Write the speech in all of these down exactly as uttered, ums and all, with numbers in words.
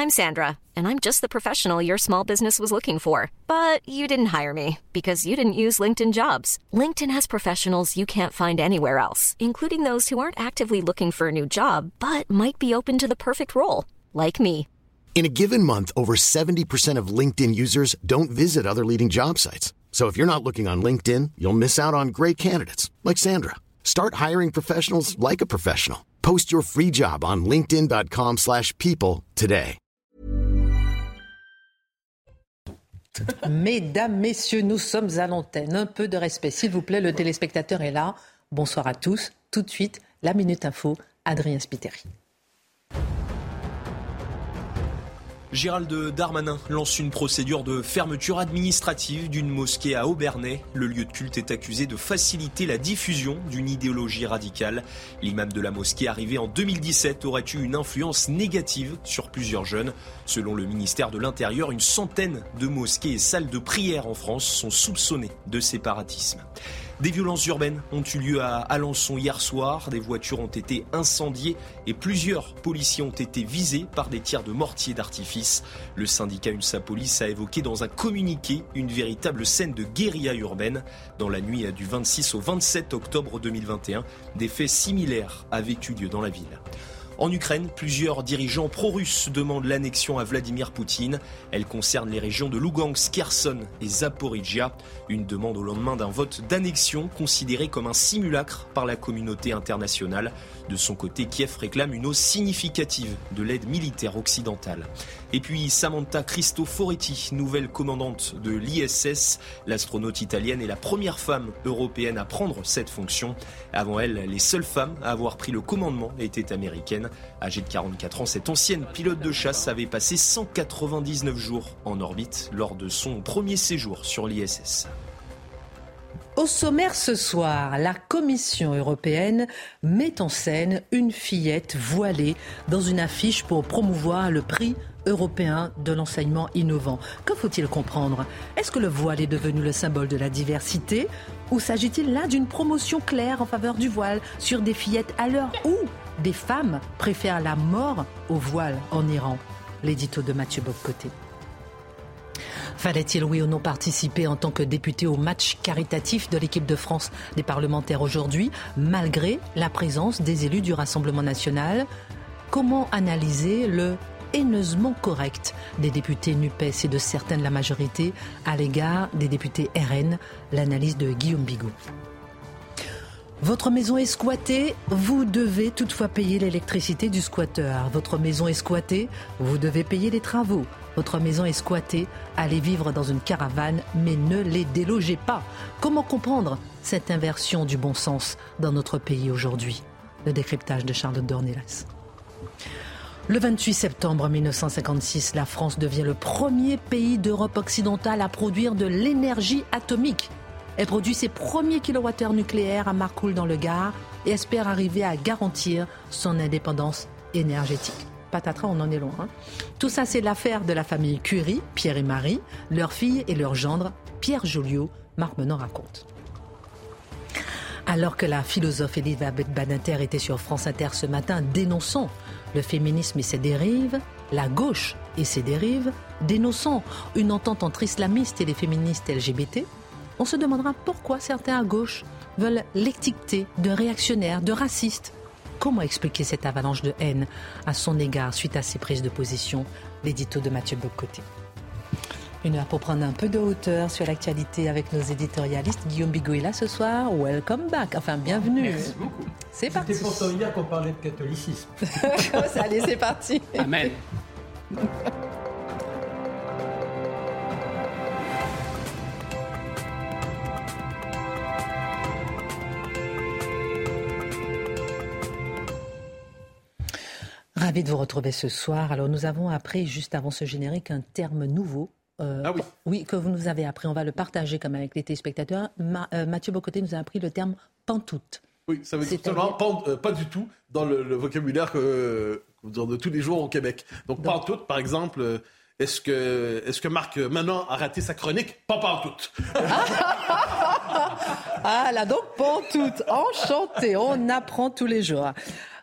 I'm Sandra, and I'm just the professional your small business was looking for. But you didn't hire me because you didn't use LinkedIn Jobs. LinkedIn has professionals you can't find anywhere else, including those who aren't actively looking for a new job, but might be open to the perfect role, like me. In a given month, over seventy percent of LinkedIn users don't visit other leading job sites. So if you're not looking on LinkedIn, you'll miss out on great candidates like Sandra. Start hiring professionals like a professional. Post your free job on linkedin.com slash people today. Mesdames, messieurs, nous sommes à l'antenne. Un peu de respect, s'il vous plaît. Le téléspectateur est là. Bonsoir à tous. Tout de suite, la Minute Info, Adrien Spiteri. Gérald Darmanin lance une procédure de fermeture administrative d'une mosquée à Obernai. Le lieu de culte est accusé de faciliter la diffusion d'une idéologie radicale. L'imam de la mosquée, arrivé en deux mille dix-sept, aurait eu une influence négative sur plusieurs jeunes. Selon le ministère de l'Intérieur, une centaine de mosquées et salles de prière en France sont soupçonnées de séparatisme. Des violences urbaines ont eu lieu à Alençon hier soir. Des voitures ont été incendiées et plusieurs policiers ont été visés par des tirs de mortier d'artifice. Le syndicat UNSA Police a évoqué dans un communiqué une véritable scène de guérilla urbaine. Dans la nuit du vingt-six au vingt-sept octobre deux mille vingt et un, des faits similaires avaient eu lieu dans la ville. En Ukraine, plusieurs dirigeants pro-russes demandent l'annexion à Vladimir Poutine. Elle concerne les régions de Lugansk, Kherson et Zaporizhia. Une demande au lendemain d'un vote d'annexion considéré comme un simulacre par la communauté internationale. De son côté, Kiev réclame une hausse significative de l'aide militaire occidentale. Et puis Samantha Cristoforetti, nouvelle commandante de l'I S S. L'astronaute italienne est la première femme européenne à prendre cette fonction. Avant elle, les seules femmes à avoir pris le commandement étaient américaines. Âgée de quarante-quatre ans, cette ancienne pilote de chasse avait passé cent quatre-vingt-dix-neuf jours en orbite lors de son premier séjour sur l'I S S. Au sommaire ce soir, la Commission européenne met en scène une fillette voilée dans une affiche pour promouvoir le prix européen de l'enseignement innovant. Que faut-il comprendre ? Est-ce que le voile est devenu le symbole de la diversité ? Ou s'agit-il là d'une promotion claire en faveur du voile sur des fillettes à l'heure où des femmes préfèrent la mort au voile en Iran ? L'édito de Mathieu Bocoté. Fallait-il oui ou non participer en tant que député au match caritatif de l'équipe de France des parlementaires aujourd'hui, malgré la présence des élus du Rassemblement national ? Comment analyser le haineusement correct des députés NUPES et de certains de la majorité à l'égard des députés R N ? L'analyse de Guillaume Bigot. Votre maison est squattée, vous devez toutefois payer l'électricité du squatteur. Votre maison est squattée, vous devez payer les travaux. Votre maison est squattée, allez vivre dans une caravane, mais ne les délogez pas. Comment comprendre cette inversion du bon sens dans notre pays aujourd'hui ? Le décryptage de Charlotte Dornelas. Le vingt-huit septembre mille neuf cent cinquante-six, la France devient le premier pays d'Europe occidentale à produire de l'énergie atomique. Elle produit ses premiers kilowattheures nucléaires à Marcoule dans le Gard et espère arriver à garantir son indépendance énergétique. Patatras, on en est loin. Hein. Tout ça, c'est l'affaire de la famille Curie, Pierre et Marie, leur fille et leur gendre, Pierre Joliot, Marc Menon raconte. Alors que la philosophe Elisabeth Badinter était sur France Inter ce matin dénonçant le féminisme et ses dérives, la gauche et ses dérives, dénonçant une entente entre islamistes et les féministes L G B T, on se demandera pourquoi certains à gauche veulent l'étiqueter de réactionnaire, de raciste. Comment expliquer cette avalanche de haine à son égard suite à ses prises de position ? L'édito de Mathieu Bocoté. Une heure pour prendre un peu de hauteur sur l'actualité avec nos éditorialistes. Guillaume Bigot est là ce soir. Welcome back. Enfin, bienvenue. Merci beaucoup. C'est parti. C'était pourtant hier qu'on parlait de catholicisme. Allez, c'est parti. Amen. Ravi de vous retrouver ce soir. Alors, nous avons appris, juste avant ce générique, un terme nouveau. Euh, ah oui. Oui, que vous nous avez appris. On va le partager comme avec les téléspectateurs. Ma, euh, Mathieu Bocoté nous a appris le terme pantoute. Oui, ça veut dire seulement pas, euh, pas du tout dans le, le vocabulaire que, euh, de tous les jours au Québec. Donc, Donc pantoute, par exemple, euh, est-ce que, est-ce que Marc Menon a raté sa chronique? Pas pantoute. Ah là, donc pantoute, enchanté, on apprend tous les jours.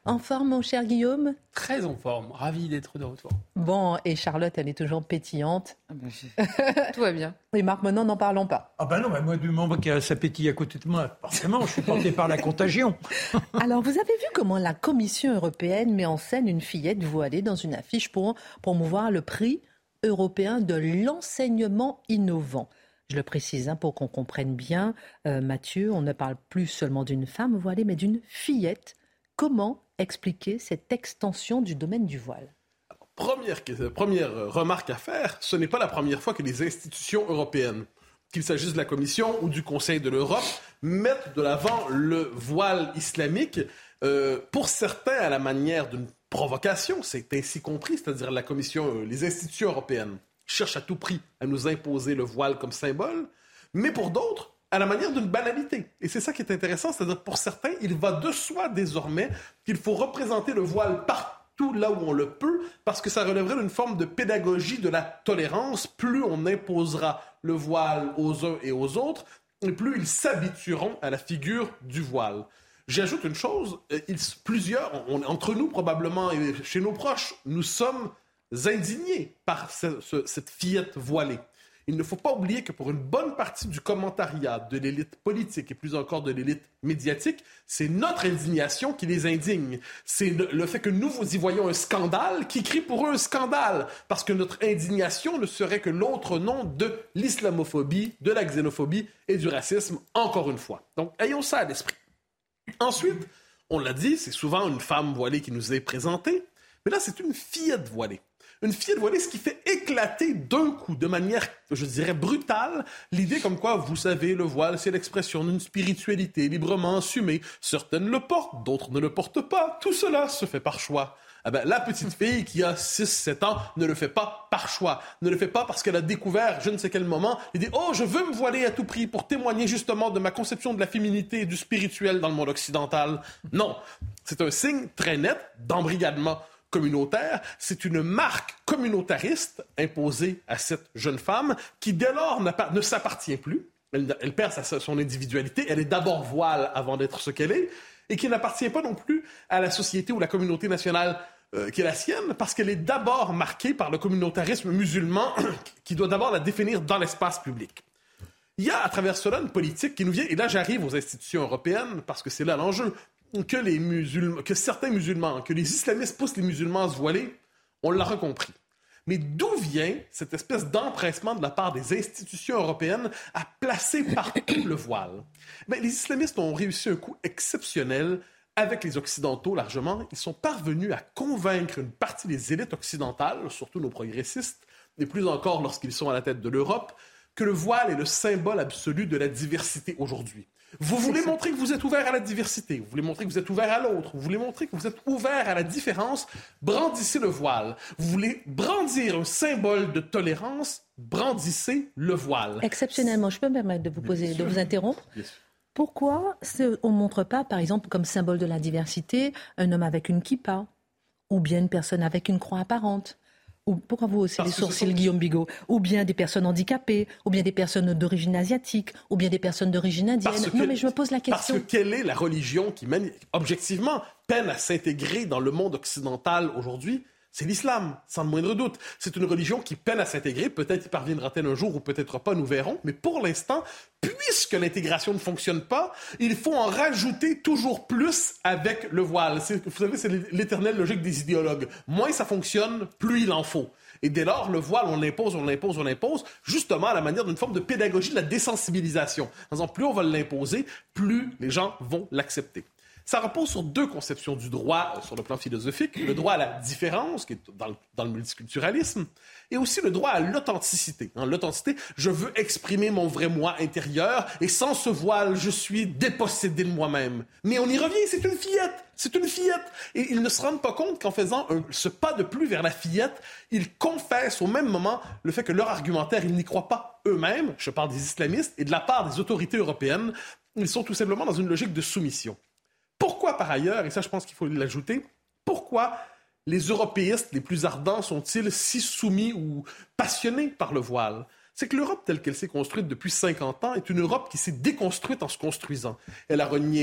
En forme, mon cher Guillaume ? Très en forme, ravi d'être de retour. Bon, et Charlotte, elle est toujours pétillante. Ah ben, je... Tout va bien. Et Marc Menon, n'en parlons pas. Ah ben non, mais moi, du moment que ça pétille à côté de moi, forcément, je suis porté par la contagion. Alors, vous avez vu comment la Commission européenne met en scène une fillette voilée dans une affiche pour promouvoir le prix européen de l'enseignement innovant. Je le précise hein, pour qu'on comprenne bien, euh, Mathieu, on ne parle plus seulement d'une femme voilée, mais d'une fillette. Comment expliquer cette extension du domaine du voile ? Alors, première, première remarque à faire, ce n'est pas la première fois que les institutions européennes, qu'il s'agisse de la Commission ou du Conseil de l'Europe, mettent de l'avant le voile islamique, euh, pour certains à la manière d'une provocation, c'est ainsi compris, c'est-à-dire la Commission, euh, les institutions européennes cherchent à tout prix à nous imposer le voile comme symbole, mais pour d'autres, à la manière d'une banalité. Et c'est ça qui est intéressant, c'est-à-dire pour certains, il va de soi désormais qu'il faut représenter le voile partout là où on le peut, parce que ça relèverait d'une forme de pédagogie de la tolérance. Plus on imposera le voile aux uns et aux autres, et plus ils s'habitueront à la figure du voile. J'ajoute une chose, ils, plusieurs, on, entre nous probablement et chez nos proches, nous sommes indignés par ce, ce, cette fillette voilée. Il ne faut pas oublier que pour une bonne partie du commentariat de l'élite politique et plus encore de l'élite médiatique, c'est notre indignation qui les indigne. C'est le, le fait que nous vous y voyons un scandale qui crie pour eux un scandale, parce que notre indignation ne serait que l'autre nom de l'islamophobie, de la xénophobie et du racisme, encore une fois. Donc, ayons ça à l'esprit. Ensuite, on l'a dit, c'est souvent une femme voilée qui nous est présentée, mais là, c'est une fillette voilée. Une fillette voilée, ce qui fait éclater d'un coup, de manière, je dirais, brutale, l'idée comme quoi, vous savez, le voile, c'est l'expression d'une spiritualité librement assumée. Certaines le portent, d'autres ne le portent pas. Tout cela se fait par choix. Ah ben, la petite fille qui a six sept ans ne le fait pas par choix. Ne le fait pas parce qu'elle a découvert, je ne sais quel moment, et dit « Oh, je veux me voiler à tout prix pour témoigner justement de ma conception de la féminité et du spirituel dans le monde occidental. » Non, c'est un signe très net d'embrigadement communautaire, c'est une marque communautariste imposée à cette jeune femme qui, dès lors, ne s'appartient plus. Elle, elle perd sa, son individualité. Elle est d'abord voile avant d'être ce qu'elle est et qui n'appartient pas non plus à la société ou la communauté nationale euh, qui est la sienne parce qu'elle est d'abord marquée par le communautarisme musulman qui doit d'abord la définir dans l'espace public. Il y a à travers cela une politique qui nous vient, et là j'arrive aux institutions européennes parce que c'est là l'enjeu, que, les musulmans, que certains musulmans, que les islamistes poussent les musulmans à se voiler, on l'a compris. Mais d'où vient cette espèce d'empressement de la part des institutions européennes à placer partout le voile? Bien, les islamistes ont réussi un coup exceptionnel avec les Occidentaux largement. Ils sont parvenus à convaincre une partie des élites occidentales, surtout nos progressistes, et plus encore lorsqu'ils sont à la tête de l'Europe, que le voile est le symbole absolu de la diversité aujourd'hui. Vous voulez montrer que vous êtes ouvert à la diversité, vous voulez montrer que vous êtes ouvert à l'autre, vous voulez montrer que vous êtes ouvert à la différence, brandissez le voile. Vous voulez brandir un symbole de tolérance, brandissez le voile. Exceptionnellement, je peux me permettre de vous poser, de vous interrompre. Pourquoi on ne montre pas, par exemple, comme symbole de la diversité, un homme avec une kippa, ou bien une personne avec une croix apparente? Ou pourquoi vous haussez les sourcils, sont... Guillaume Bigot? Ou bien des personnes handicapées, ou bien des personnes d'origine asiatique, ou bien des personnes d'origine indienne. Que, non, mais je me pose la question. Parce que quelle est la religion qui, mène, objectivement, peine à s'intégrer dans le monde occidental aujourd'hui? C'est l'islam, sans le moindre doute. C'est une religion qui peine à s'intégrer. Peut-être y parviendra-t-elle un jour ou peut-être pas, nous verrons. Mais pour l'instant, puisque l'intégration ne fonctionne pas, il faut en rajouter toujours plus avec le voile. C'est, vous savez, c'est l'éternelle logique des idéologues. Moins ça fonctionne, plus il en faut. Et dès lors, le voile, on l'impose, on l'impose, on l'impose, justement à la manière d'une forme de pédagogie de la désensibilisation. En disant, plus on va l'imposer, plus les gens vont l'accepter. Ça repose sur deux conceptions du droit euh, sur le plan philosophique. Le droit à la différence, qui est dans le, dans le multiculturalisme, et aussi le droit à l'authenticité. Hein, l'authenticité, je veux exprimer mon vrai moi intérieur, et sans ce voile, je suis dépossédé de moi-même. Mais on y revient, c'est une fillette, c'est une fillette. Et ils ne se rendent pas compte qu'en faisant un, ce pas de plus vers la fillette, ils confessent au même moment le fait que leur argumentaire, ils n'y croient pas eux-mêmes, je parle des islamistes, et de la part des autorités européennes, ils sont tout simplement dans une logique de soumission. Pourquoi, par ailleurs, et ça je pense qu'il faut l'ajouter, pourquoi les européistes les plus ardents sont-ils si soumis ou passionnés par le voile? C'est que l'Europe telle qu'elle s'est construite depuis cinquante ans est une Europe qui s'est déconstruite en se construisant. Elle a renié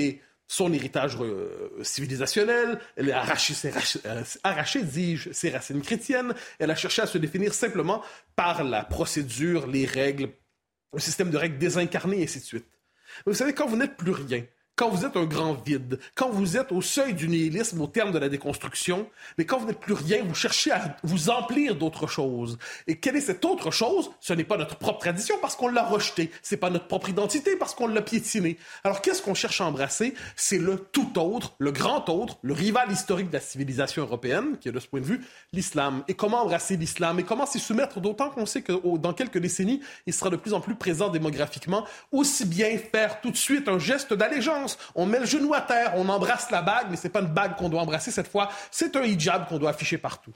son héritage euh, civilisationnel, elle a arraché, ses, euh, arraché, dis-je, ses racines chrétiennes, elle a cherché à se définir simplement par la procédure, les règles, un système de règles désincarnées, et ainsi de suite. Mais vous savez, quand vous n'êtes plus rien, quand vous êtes un grand vide, quand vous êtes au seuil du nihilisme au terme de la déconstruction, mais quand vous n'êtes plus rien, vous cherchez à vous emplir d'autre chose. Et quelle est cette autre chose? Ce n'est pas notre propre tradition parce qu'on l'a rejetée. C'est pas notre propre identité parce qu'on l'a piétinée. Alors qu'est-ce qu'on cherche à embrasser? C'est le tout autre, le grand autre, le rival historique de la civilisation européenne, qui est de ce point de vue l'islam. Et comment embrasser l'islam? Et comment s'y soumettre? D'autant qu'on sait que oh, dans quelques décennies, il sera de plus en plus présent démographiquement. Aussi bien faire tout de suite un geste d'allégeance. On met le genou à terre, on embrasse la bague, mais c'est pas une bague qu'on doit embrasser cette fois, c'est un hijab qu'on doit afficher partout.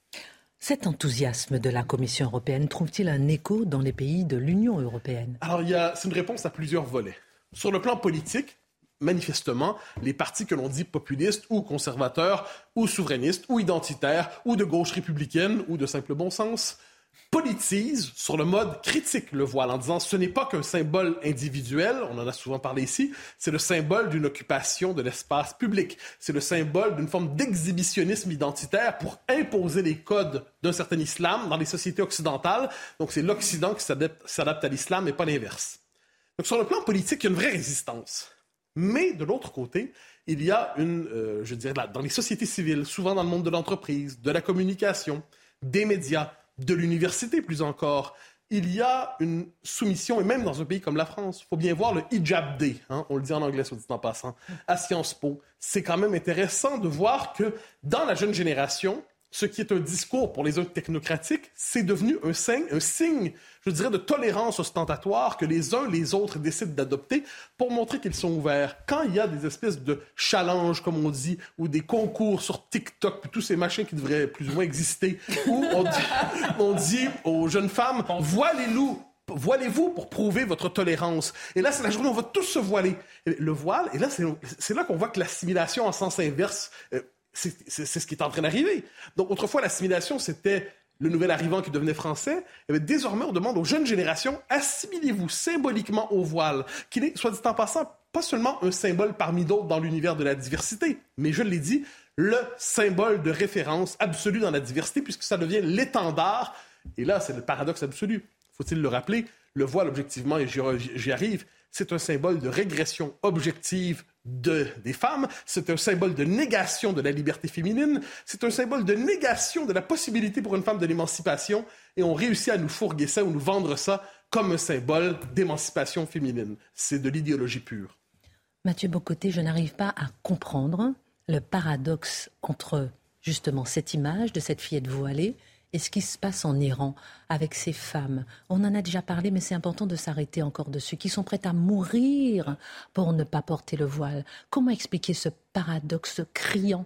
Cet enthousiasme de la Commission européenne trouve-t-il un écho dans les pays de l'Union européenne? Alors, il y a, c'est une réponse à plusieurs volets. Sur le plan politique, manifestement, les partis que l'on dit populistes ou conservateurs ou souverainistes ou identitaires ou de gauche républicaine ou de simple bon sens politisent sur le mode critique le voile en disant ce n'est pas qu'un symbole individuel, on en a souvent parlé ici, c'est le symbole d'une occupation de l'espace public. C'est le symbole d'une forme d'exhibitionnisme identitaire pour imposer les codes d'un certain islam dans les sociétés occidentales. Donc c'est l'Occident qui s'adapte, s'adapte à l'islam et pas l'inverse. Donc sur le plan politique, il y a une vraie résistance. Mais de l'autre côté, il y a une, euh, je dirais, dans les sociétés civiles, souvent dans le monde de l'entreprise, de la communication, des médias, de l'université plus encore, il y a une soumission, et même dans un pays comme la France, il faut bien voir le Hijab Day, hein, on le dit en anglais, soit dit en passant, à Sciences Po. C'est quand même intéressant de voir que dans la jeune génération, ce qui est un discours pour les uns technocratique, c'est devenu un signe, un signe, je dirais, de tolérance ostentatoire que les uns les autres décident d'adopter pour montrer qu'ils sont ouverts. Quand il y a des espèces de challenges, comme on dit, ou des concours sur TikTok, puis tous ces machins qui devraient plus ou moins exister, où on dit, on dit aux jeunes femmes, voilez-vous, voilez-vous pour prouver votre tolérance. Et là, c'est la journée où on va tous se voiler. Le voile, et là, c'est, c'est là qu'on voit que l'assimilation en sens inverse... Euh, C'est, c'est, c'est ce qui est en train d'arriver. Donc, autrefois, l'assimilation, c'était le nouvel arrivant qui devenait français. Et bien, désormais, on demande aux jeunes générations, assimilez-vous symboliquement au voile, qui n'est, soit dit en passant, pas seulement un symbole parmi d'autres dans l'univers de la diversité, mais, je l'ai dit, le symbole de référence absolu dans la diversité, puisque ça devient l'étendard. Et là, c'est le paradoxe absolu. Faut-il le rappeler? Le voile, objectivement, et j'y, j'y arrive, c'est un symbole de régression objective de, des femmes, c'est un symbole de négation de la liberté féminine, c'est un symbole de négation de la possibilité pour une femme de l'émancipation, et on réussit à nous fourguer ça ou nous vendre ça comme un symbole d'émancipation féminine. C'est de l'idéologie pure. Mathieu Bocoté, je n'arrive pas à comprendre le paradoxe entre justement cette image de cette fillette voilée et ce qui se passe en Iran avec ces femmes. On en a déjà parlé, mais c'est important de s'arrêter encore dessus, qui sont prêtes à mourir pour ne pas porter le voile. Comment expliquer ce paradoxe criant?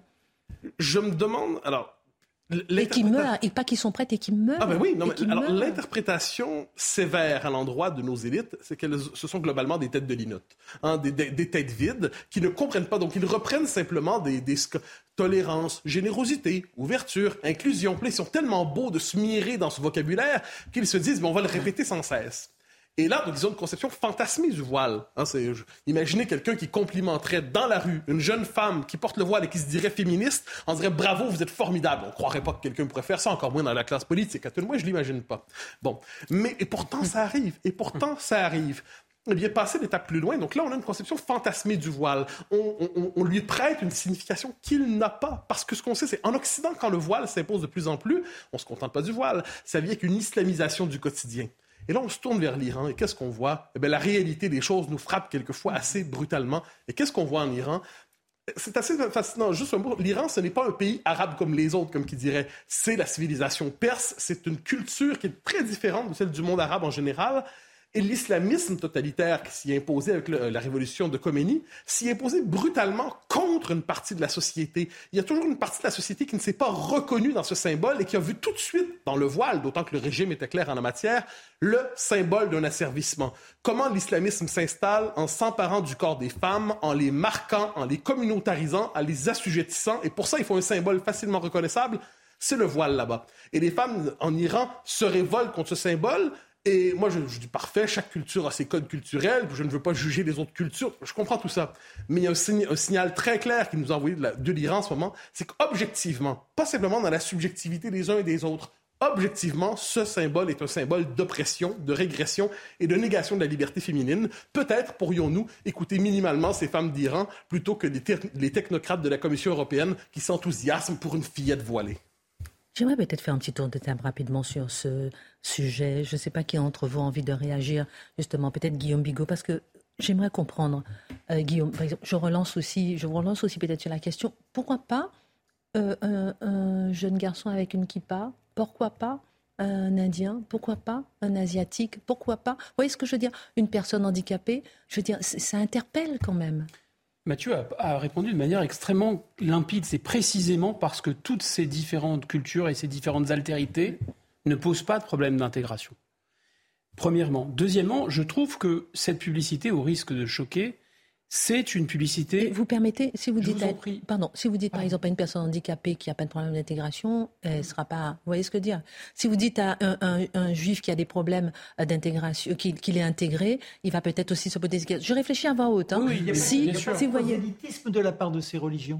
Je me demande... alors. Et qui meurent, et pas qui sont prêtes et qui meurent. Ah ben oui, non, mais alors meurent. L'interprétation sévère à l'endroit de nos élites, c'est que ce sont globalement des têtes de linotte, hein, des, des, des têtes vides qui ne comprennent pas. Donc ils reprennent simplement des, des tolérance, générosité, ouverture, inclusion. Puis là, ils sont tellement beaux de se mirer dans ce vocabulaire qu'ils se disent, mais on va le répéter sans cesse. Et là, donc, ils ont une conception fantasmée du voile. Hein, c'est, je, imaginez quelqu'un qui complimenterait dans la rue une jeune femme qui porte le voile et qui se dirait féministe, on dirait « bravo, vous êtes formidable ». On ne croirait pas que quelqu'un pourrait faire ça, encore moins dans la classe politique. À tout le moins, je ne l'imagine pas. Bon, mais et pourtant, ça arrive. Et pourtant, ça arrive. Eh bien, passer l'étape plus loin. Donc là, on a une conception fantasmée du voile. On, on, on lui prête une signification qu'il n'a pas. Parce que ce qu'on sait, c'est en Occident, quand le voile s'impose de plus en plus, on ne se contente pas du voile. Ça vient avec une islamisation du quotidien. Et là, on se tourne vers l'Iran. Et qu'est-ce qu'on voit? Eh bien, la réalité des choses nous frappe quelquefois assez brutalement. Et qu'est-ce qu'on voit en Iran? C'est assez fascinant. Juste un mot. L'Iran, ce n'est pas un pays arabe comme les autres, comme qui dirait. C'est la civilisation perse. C'est une culture qui est très différente de celle du monde arabe en général. Et l'islamisme totalitaire qui s'y est imposé avec le, la révolution de Khomeini s'y est imposé brutalement contre une partie de la société. Il y a toujours une partie de la société qui ne s'est pas reconnue dans ce symbole et qui a vu tout de suite dans le voile, d'autant que le régime était clair en la matière, le symbole d'un asservissement. Comment l'islamisme s'installe en s'emparant du corps des femmes, en les marquant, en les communautarisant, en les assujettissant. Et pour ça, il faut un symbole facilement reconnaissable. C'est le voile là-bas. Et les femmes en Iran se révoltent contre ce symbole. Et moi, je, je dis parfait, chaque culture a ses codes culturels, je ne veux pas juger les autres cultures, je comprends tout ça. Mais il y a un, sign- un signal très clair qui nous a envoyé de, la, de l'Iran en ce moment, c'est qu'objectivement, pas simplement dans la subjectivité des uns et des autres, objectivement, ce symbole est un symbole d'oppression, de régression et de négation de la liberté féminine. Peut-être pourrions-nous écouter minimalement ces femmes d'Iran plutôt que les, te- les technocrates de la Commission européenne qui s'enthousiasment pour une fillette voilée. J'aimerais peut-être faire un petit tour de table rapidement sur ce sujet. Je ne sais pas qui d'entre vous a envie de réagir, justement, peut-être Guillaume Bigot, parce que j'aimerais comprendre. Euh, Guillaume, par exemple, je relance aussi, je vous relance aussi peut-être sur la question, pourquoi pas euh, un, un jeune garçon avec une kippa? Pourquoi pas un Indien? Pourquoi pas un Asiatique? Pourquoi pas? Vous voyez ce que je veux dire? Une personne handicapée, je veux dire, ça interpelle quand même. Mathieu a, a répondu de manière extrêmement limpide. C'est précisément parce que toutes ces différentes cultures et ces différentes altérités ne posent pas de problème d'intégration. Premièrement. Deuxièmement, je trouve que cette publicité, au risque de choquer, c'est une publicité... Et vous permettez, si vous Je dites, vous en à, prie. pardon, si vous dites par Pardon. exemple à une personne handicapée qui n'a pas de problème d'intégration, elle sera pas. Vous voyez ce que je veux dire? Si vous dites à un, un, un juif qui a des problèmes d'intégration, qu'il, qu'il est intégré, il va peut-être aussi se poser des questions. Je réfléchis à voix haute. Hein. Oui, oui, bien si, bien sûr. si vous voyez. Prosélytisme de la part de ces religions.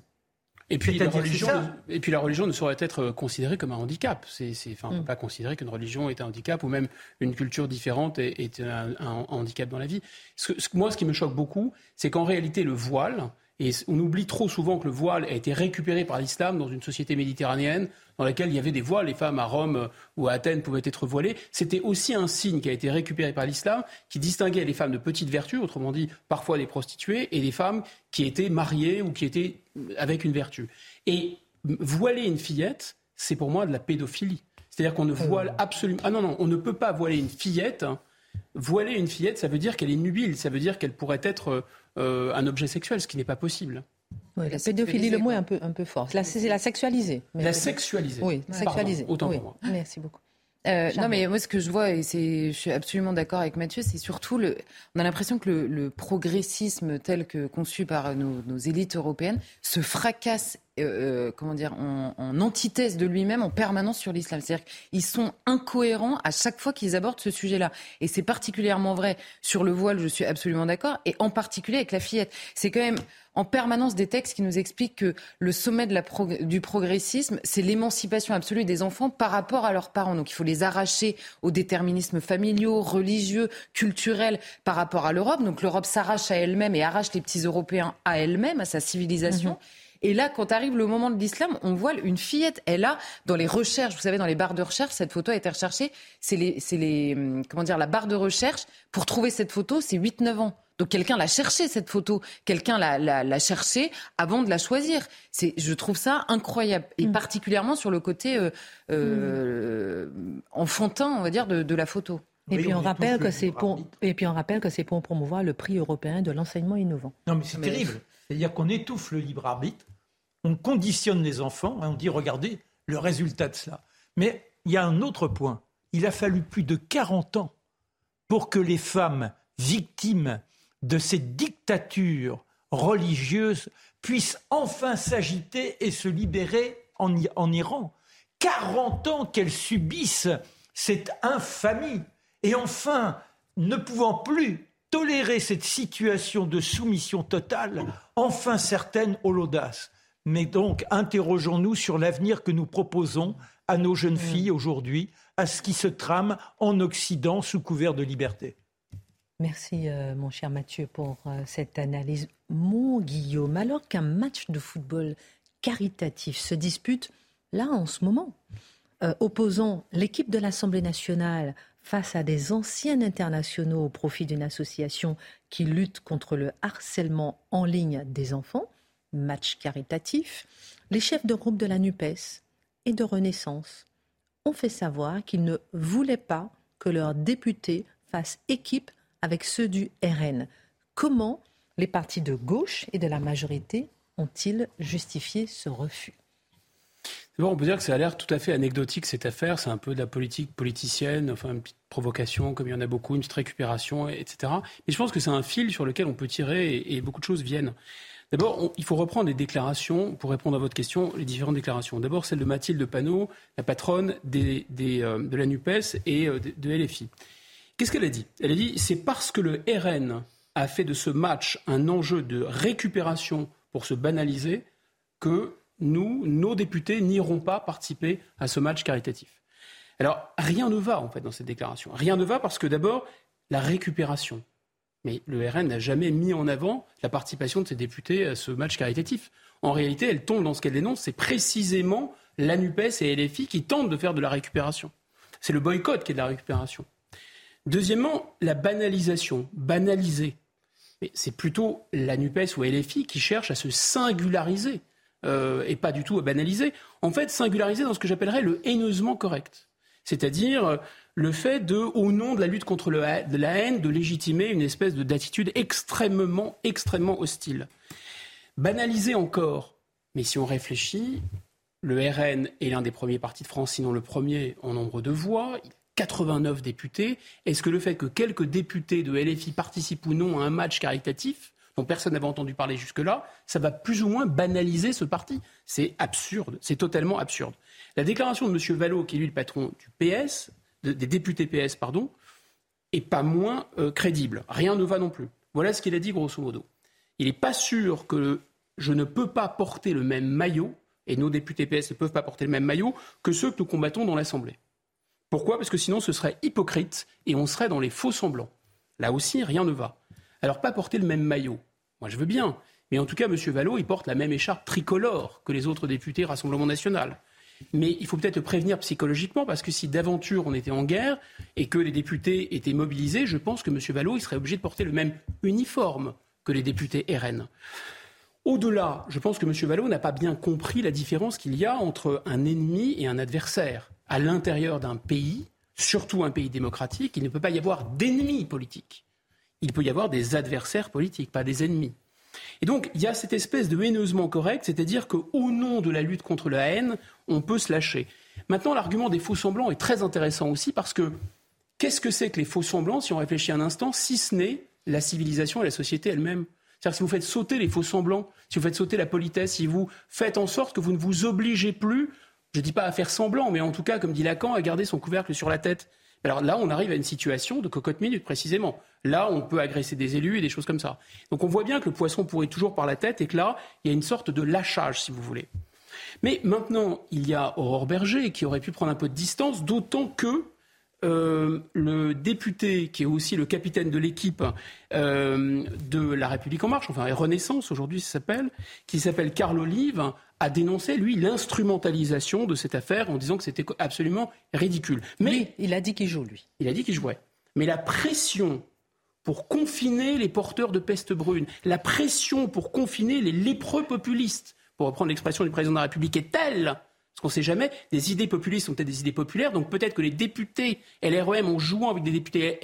Et puis, la C'est-à-dire, religion, c'est ça. ne- et puis la religion ne saurait être considérée comme un handicap. C'est, c'est, enfin, on ne Mm. peut pas considérer qu'une religion est un handicap ou même une culture différente est, est un, un handicap dans la vie. Ce, ce- moi, ce qui me choque beaucoup, c'est qu'en réalité, le voile, et on oublie trop souvent que le voile a été récupéré par l'islam dans une société méditerranéenne dans laquelle il y avait des voiles. Les femmes à Rome ou à Athènes pouvaient être voilées. C'était aussi un signe qui a été récupéré par l'islam qui distinguait les femmes de petite vertu, autrement dit parfois des prostituées, et les femmes qui étaient mariées ou qui étaient avec une vertu. Et voiler une fillette, c'est pour moi de la pédophilie. C'est-à-dire qu'on ne voile absolument... Ah non, non, on ne peut pas voiler une fillette. Hein. Voiler une fillette, ça veut dire qu'elle est nubile, ça veut dire qu'elle pourrait être euh, un objet sexuel, ce qui n'est pas possible. Oui, la La pédophilie, le sexualiser, mot est quoi. un peu, un peu fort. Là, c'est, c'est la sexualiser. Mais- La sexualiser. Oui, Pardon, sexualiser. autant oui. pour moi. Merci beaucoup. Euh, Charles. non, mais moi, ce que je vois, et c'est, je suis absolument d'accord avec Mathieu, c'est surtout le. On a l'impression que le, le progressisme tel que conçu par nos, nos élites européennes se fracasse, euh, comment dire, en, en antithèse de lui-même en permanence sur l'islam. C'est-à-dire qu'ils sont incohérents à chaque fois qu'ils abordent ce sujet-là. Et c'est particulièrement vrai sur le voile, je suis absolument d'accord, et en particulier avec la fillette. C'est quand même en permanence des textes qui nous expliquent que le sommet de la prog- du progressisme, c'est l'émancipation absolue des enfants par rapport à leurs parents. Donc il faut les arracher aux déterminismes familiaux, religieux, culturels par rapport à l'Europe. Donc l'Europe s'arrache à elle-même et arrache les petits Européens à elle-même, à sa civilisation. Mmh. Et là, quand arrive le moment de l'islam, on voit une fillette. Elle a, dans les recherches, vous savez, dans les barres de recherche, cette photo a été recherchée. C'est les, c'est les, comment dire, la barre de recherche pour trouver cette photo, c'est huit neuf ans. Donc quelqu'un l'a cherchée, cette photo. Quelqu'un l'a, l'a, l'a cherchée avant de la choisir. C'est, je trouve ça incroyable. Et mmh. particulièrement sur le côté euh, euh, mmh. enfantin, on va dire, de, de la photo. Et, oui, puis on, on rappelle que c'est pour, et puis on rappelle que c'est pour promouvoir le prix européen de l'enseignement innovant. Non, mais c'est mais... terrible. C'est-à-dire qu'on étouffe le libre arbitre, on conditionne les enfants, hein, on dit regardez le résultat de cela. Mais il y a un autre point. Il a fallu plus de quarante ans pour que les femmes victimes de ces dictatures religieuses puissent enfin s'agiter et se libérer en, en Iran. quarante ans qu'elles subissent cette infamie. Et enfin, ne pouvant plus tolérer cette situation de soumission totale, enfin certaines ont l'audace. Mais donc, interrogeons-nous sur l'avenir que nous proposons à nos jeunes filles aujourd'hui, à ce qui se trame en Occident sous couvert de liberté. Merci, euh, mon cher Mathieu, pour euh, cette analyse. Mon Guillaume, alors qu'un match de football caritatif se dispute là en ce moment, euh, opposant l'équipe de l'Assemblée nationale face à des anciens internationaux au profit d'une association qui lutte contre le harcèlement en ligne des enfants, match caritatif, les chefs de groupe de la NUPES et de Renaissance ont fait savoir qu'ils ne voulaient pas que leurs députés fassent équipe avec ceux du R N. Comment les partis de gauche et de la majorité ont-ils justifié ce refus ? D'abord, on peut dire que ça a l'air tout à fait anecdotique, cette affaire. C'est un peu de la politique politicienne, enfin une petite provocation, comme il y en a beaucoup, une petite récupération, et cetera. Mais je pense que c'est un fil sur lequel on peut tirer et, et beaucoup de choses viennent. D'abord, on, il faut reprendre les déclarations, pour répondre à votre question, les différentes déclarations. D'abord, celle de Mathilde Panot, la patronne des, des, euh, de la NUPES et euh, de, de L F I. Qu'est-ce qu'elle a dit ? Elle a dit, c'est parce que le R N a fait de ce match un enjeu de récupération pour se banaliser que nous, nos députés, n'iront pas participer à ce match caritatif. Alors, rien ne va, en fait, dans cette déclaration. Rien ne va parce que, d'abord, la récupération. Mais le R N n'a jamais mis en avant la participation de ses députés à ce match caritatif. En réalité, elle tombe dans ce qu'elle dénonce, c'est précisément la NUPES et L F I qui tentent de faire de la récupération. C'est le boycott qui est de la récupération. Deuxièmement, la banalisation, banaliser. Mais c'est plutôt la NUPES ou L F I qui cherche à se singulariser euh, et pas du tout à banaliser. En fait, singulariser dans ce que j'appellerais le haineusement correct. C'est-à-dire le fait de, au nom de la lutte contre le, de la haine, de légitimer une espèce de, d'attitude extrêmement, extrêmement hostile. Banaliser encore, mais si on réfléchit, le R N est l'un des premiers partis de France, sinon le premier en nombre de voix, quatre-vingt-neuf députés. Est-ce que le fait que quelques députés de L F I participent ou non à un match caritatif, dont personne n'avait entendu parler jusque-là, ça va plus ou moins banaliser ce parti ? C'est absurde, c'est totalement absurde. La déclaration de M. Vallaud, qui est lui le patron du P S, de, des députés P S, pardon, est pas moins euh, crédible. Rien ne va non plus. Voilà ce qu'il a dit grosso modo. Il n'est pas sûr que je ne peux pas porter le même maillot, et nos députés P S ne peuvent pas porter le même maillot, que ceux que nous combattons dans l'Assemblée. Pourquoi ? Parce que sinon ce serait hypocrite et on serait dans les faux semblants. Là aussi, rien ne va. Alors pas porter le même maillot, moi je veux bien, mais en tout cas M. Vallaud, il porte la même écharpe tricolore que les autres députés Rassemblement National. Mais il faut peut-être le prévenir psychologiquement, parce que si d'aventure on était en guerre et que les députés étaient mobilisés, je pense que M. Vallaud il serait obligé de porter le même uniforme que les députés R N. Au-delà, je pense que M. Vallaud n'a pas bien compris la différence qu'il y a entre un ennemi et un adversaire. À l'intérieur d'un pays, surtout un pays démocratique, il ne peut pas y avoir d'ennemis politiques. Il peut y avoir des adversaires politiques, pas des ennemis. Et donc, il y a cette espèce de haineusement correct, c'est-à-dire qu'au nom de la lutte contre la haine, on peut se lâcher. Maintenant, l'argument des faux-semblants est très intéressant aussi, parce que qu'est-ce que c'est que les faux-semblants, si on réfléchit un instant, si ce n'est la civilisation et la société elle-même ? C'est-à-dire si vous faites sauter les faux-semblants, si vous faites sauter la politesse, si vous faites en sorte que vous ne vous obligez plus, je ne dis pas à faire semblant, mais en tout cas, comme dit Lacan, à garder son couvercle sur la tête. Alors là, on arrive à une situation de cocotte-minute, précisément. Là, on peut agresser des élus et des choses comme ça. Donc on voit bien que le poisson pourrit toujours par la tête et que là, il y a une sorte de lâchage, si vous voulez. Mais maintenant, il y a Aurore Bergé qui aurait pu prendre un peu de distance, d'autant que euh, le député, qui est aussi le capitaine de l'équipe euh, de La République En Marche, enfin Renaissance aujourd'hui ça s'appelle, qui s'appelle Carl Olive, a dénoncé, lui, l'instrumentalisation de cette affaire en disant que c'était absolument ridicule. Mais oui, il a dit qu'il joue, lui. Il a dit qu'il jouait. Mais la pression pour confiner les porteurs de peste brune, la pression pour confiner les lépreux populistes, pour reprendre l'expression du président de la République, est telle, parce qu'on ne sait jamais, des idées populistes sont peut-être des idées populaires, donc peut-être que les députés L R E M, en jouant avec des députés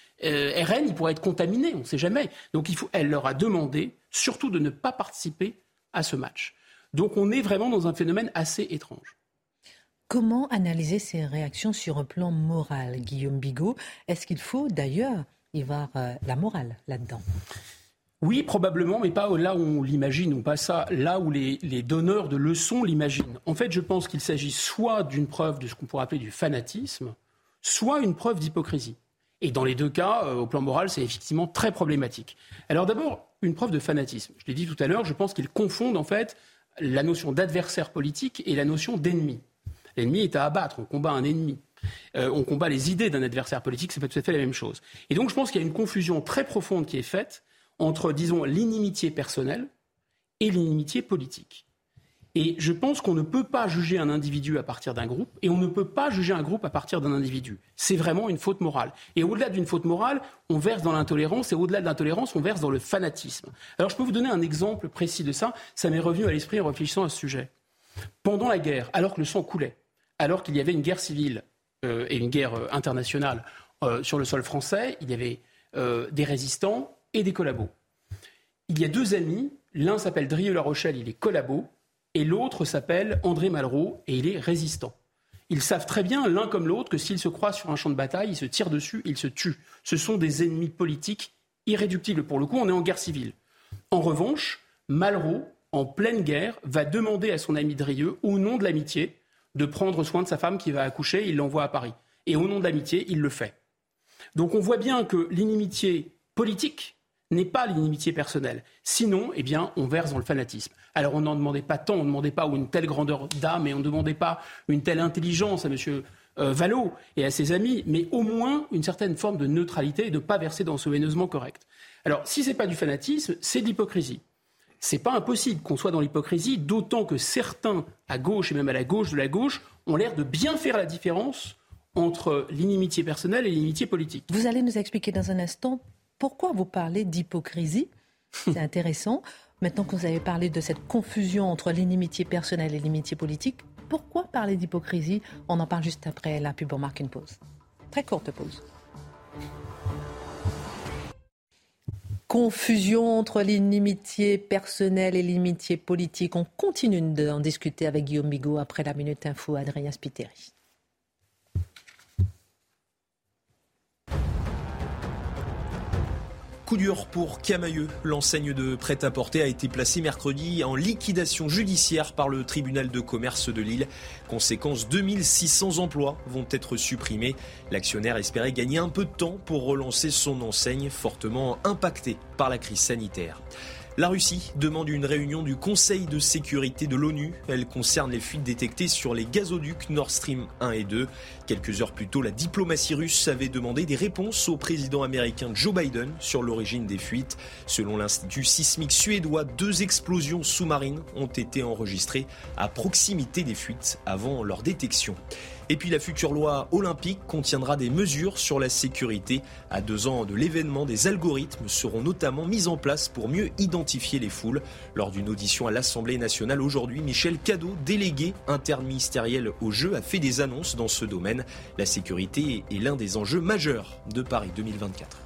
R N, ils pourraient être contaminés, on ne sait jamais. Donc il faut, elle leur a demandé surtout de ne pas participer à ce match. Donc on est vraiment dans un phénomène assez étrange. Comment analyser ces réactions sur un plan moral, Guillaume Bigot ? Est-ce qu'il faut d'ailleurs y voir euh, la morale là-dedans ? Oui, probablement, mais pas là où on l'imagine, ou pas ça, là où les, les donneurs de leçons l'imaginent. En fait, je pense qu'il s'agit soit d'une preuve de ce qu'on pourrait appeler du fanatisme, soit une preuve d'hypocrisie. Et dans les deux cas, euh, au plan moral, c'est effectivement très problématique. Alors d'abord, une preuve de fanatisme. Je l'ai dit tout à l'heure, je pense qu'ils confondent en fait la notion d'adversaire politique et la notion d'ennemi. L'ennemi est à abattre, on combat un ennemi. Euh, on combat les idées d'un adversaire politique, c'est pas tout à fait la même chose. Et donc je pense qu'il y a une confusion très profonde qui est faite entre, disons, l'inimitié personnelle et l'inimitié politique. Et je pense qu'on ne peut pas juger un individu à partir d'un groupe, et on ne peut pas juger un groupe à partir d'un individu. C'est vraiment une faute morale. Et au-delà d'une faute morale, on verse dans l'intolérance, et au-delà de l'intolérance, on verse dans le fanatisme. Alors je peux vous donner un exemple précis de ça, ça m'est revenu à l'esprit en réfléchissant à ce sujet. Pendant la guerre, alors que le sang coulait, alors qu'il y avait une guerre civile euh, et une guerre euh, internationale euh, sur le sol français, il y avait euh, des résistants et des collabos. Il y a deux amis, l'un s'appelle Drieux-La Rochelle, il est collabo, et l'autre s'appelle André Malraux, et il est résistant. Ils savent très bien, l'un comme l'autre, que s'ils se croisent sur un champ de bataille, ils se tirent dessus, ils se tuent. Ce sont des ennemis politiques irréductibles. Pour le coup, on est en guerre civile. En revanche, Malraux, en pleine guerre, va demander à son ami Drieux, au nom de l'amitié, de prendre soin de sa femme qui va accoucher, il l'envoie à Paris. Et au nom de l'amitié, il le fait. Donc on voit bien que l'inimitié politique n'est pas l'inimitié personnelle. Sinon, eh bien, on verse dans le fanatisme. Alors on n'en demandait pas tant, on ne demandait pas une telle grandeur d'âme et on ne demandait pas une telle intelligence à M. Euh, Vallaud et à ses amis, mais au moins une certaine forme de neutralité et de ne pas verser dans ce haineusement correct. Alors si ce n'est pas du fanatisme, c'est de l'hypocrisie. C'est pas impossible qu'on soit dans l'hypocrisie, d'autant que certains, à gauche et même à la gauche de la gauche, ont l'air de bien faire la différence entre l'inimitié personnelle et l'inimitié politique. Vous allez nous expliquer dans un instant pourquoi vous parlez d'hypocrisie. C'est intéressant. Maintenant que vous avez parlé de cette confusion entre l'inimitié personnelle et l'inimitié politique, pourquoi parler d'hypocrisie ? On en parle juste après la pub. On marque une pause. Très courte pause. Confusion entre l'inimitié personnelle et l'inimitié politique. On continue d'en discuter avec Guillaume Bigot après la Minute Info. Adrien Spiteri. Coup dur pour Camaïeu. L'enseigne de prêt-à-porter a été placée mercredi en liquidation judiciaire par le tribunal de commerce de Lille. Conséquence, deux mille six cents emplois vont être supprimés. L'actionnaire espérait gagner un peu de temps pour relancer son enseigne, fortement impactée par la crise sanitaire. La Russie demande une réunion du Conseil de sécurité de l'ONU. Elle concerne les fuites détectées sur les gazoducs Nord Stream un et deux. Quelques heures plus tôt, la diplomatie russe avait demandé des réponses au président américain Joe Biden sur l'origine des fuites. Selon l'Institut sismique suédois, deux explosions sous-marines ont été enregistrées à proximité des fuites avant leur détection. Et puis la future loi olympique contiendra des mesures sur la sécurité. À deux ans de l'événement, des algorithmes seront notamment mis en place pour mieux identifier les foules. Lors d'une audition à l'Assemblée nationale aujourd'hui, Michel Cadot, délégué interministériel aux Jeux, a fait des annonces dans ce domaine. La sécurité est l'un des enjeux majeurs de Paris deux mille vingt-quatre.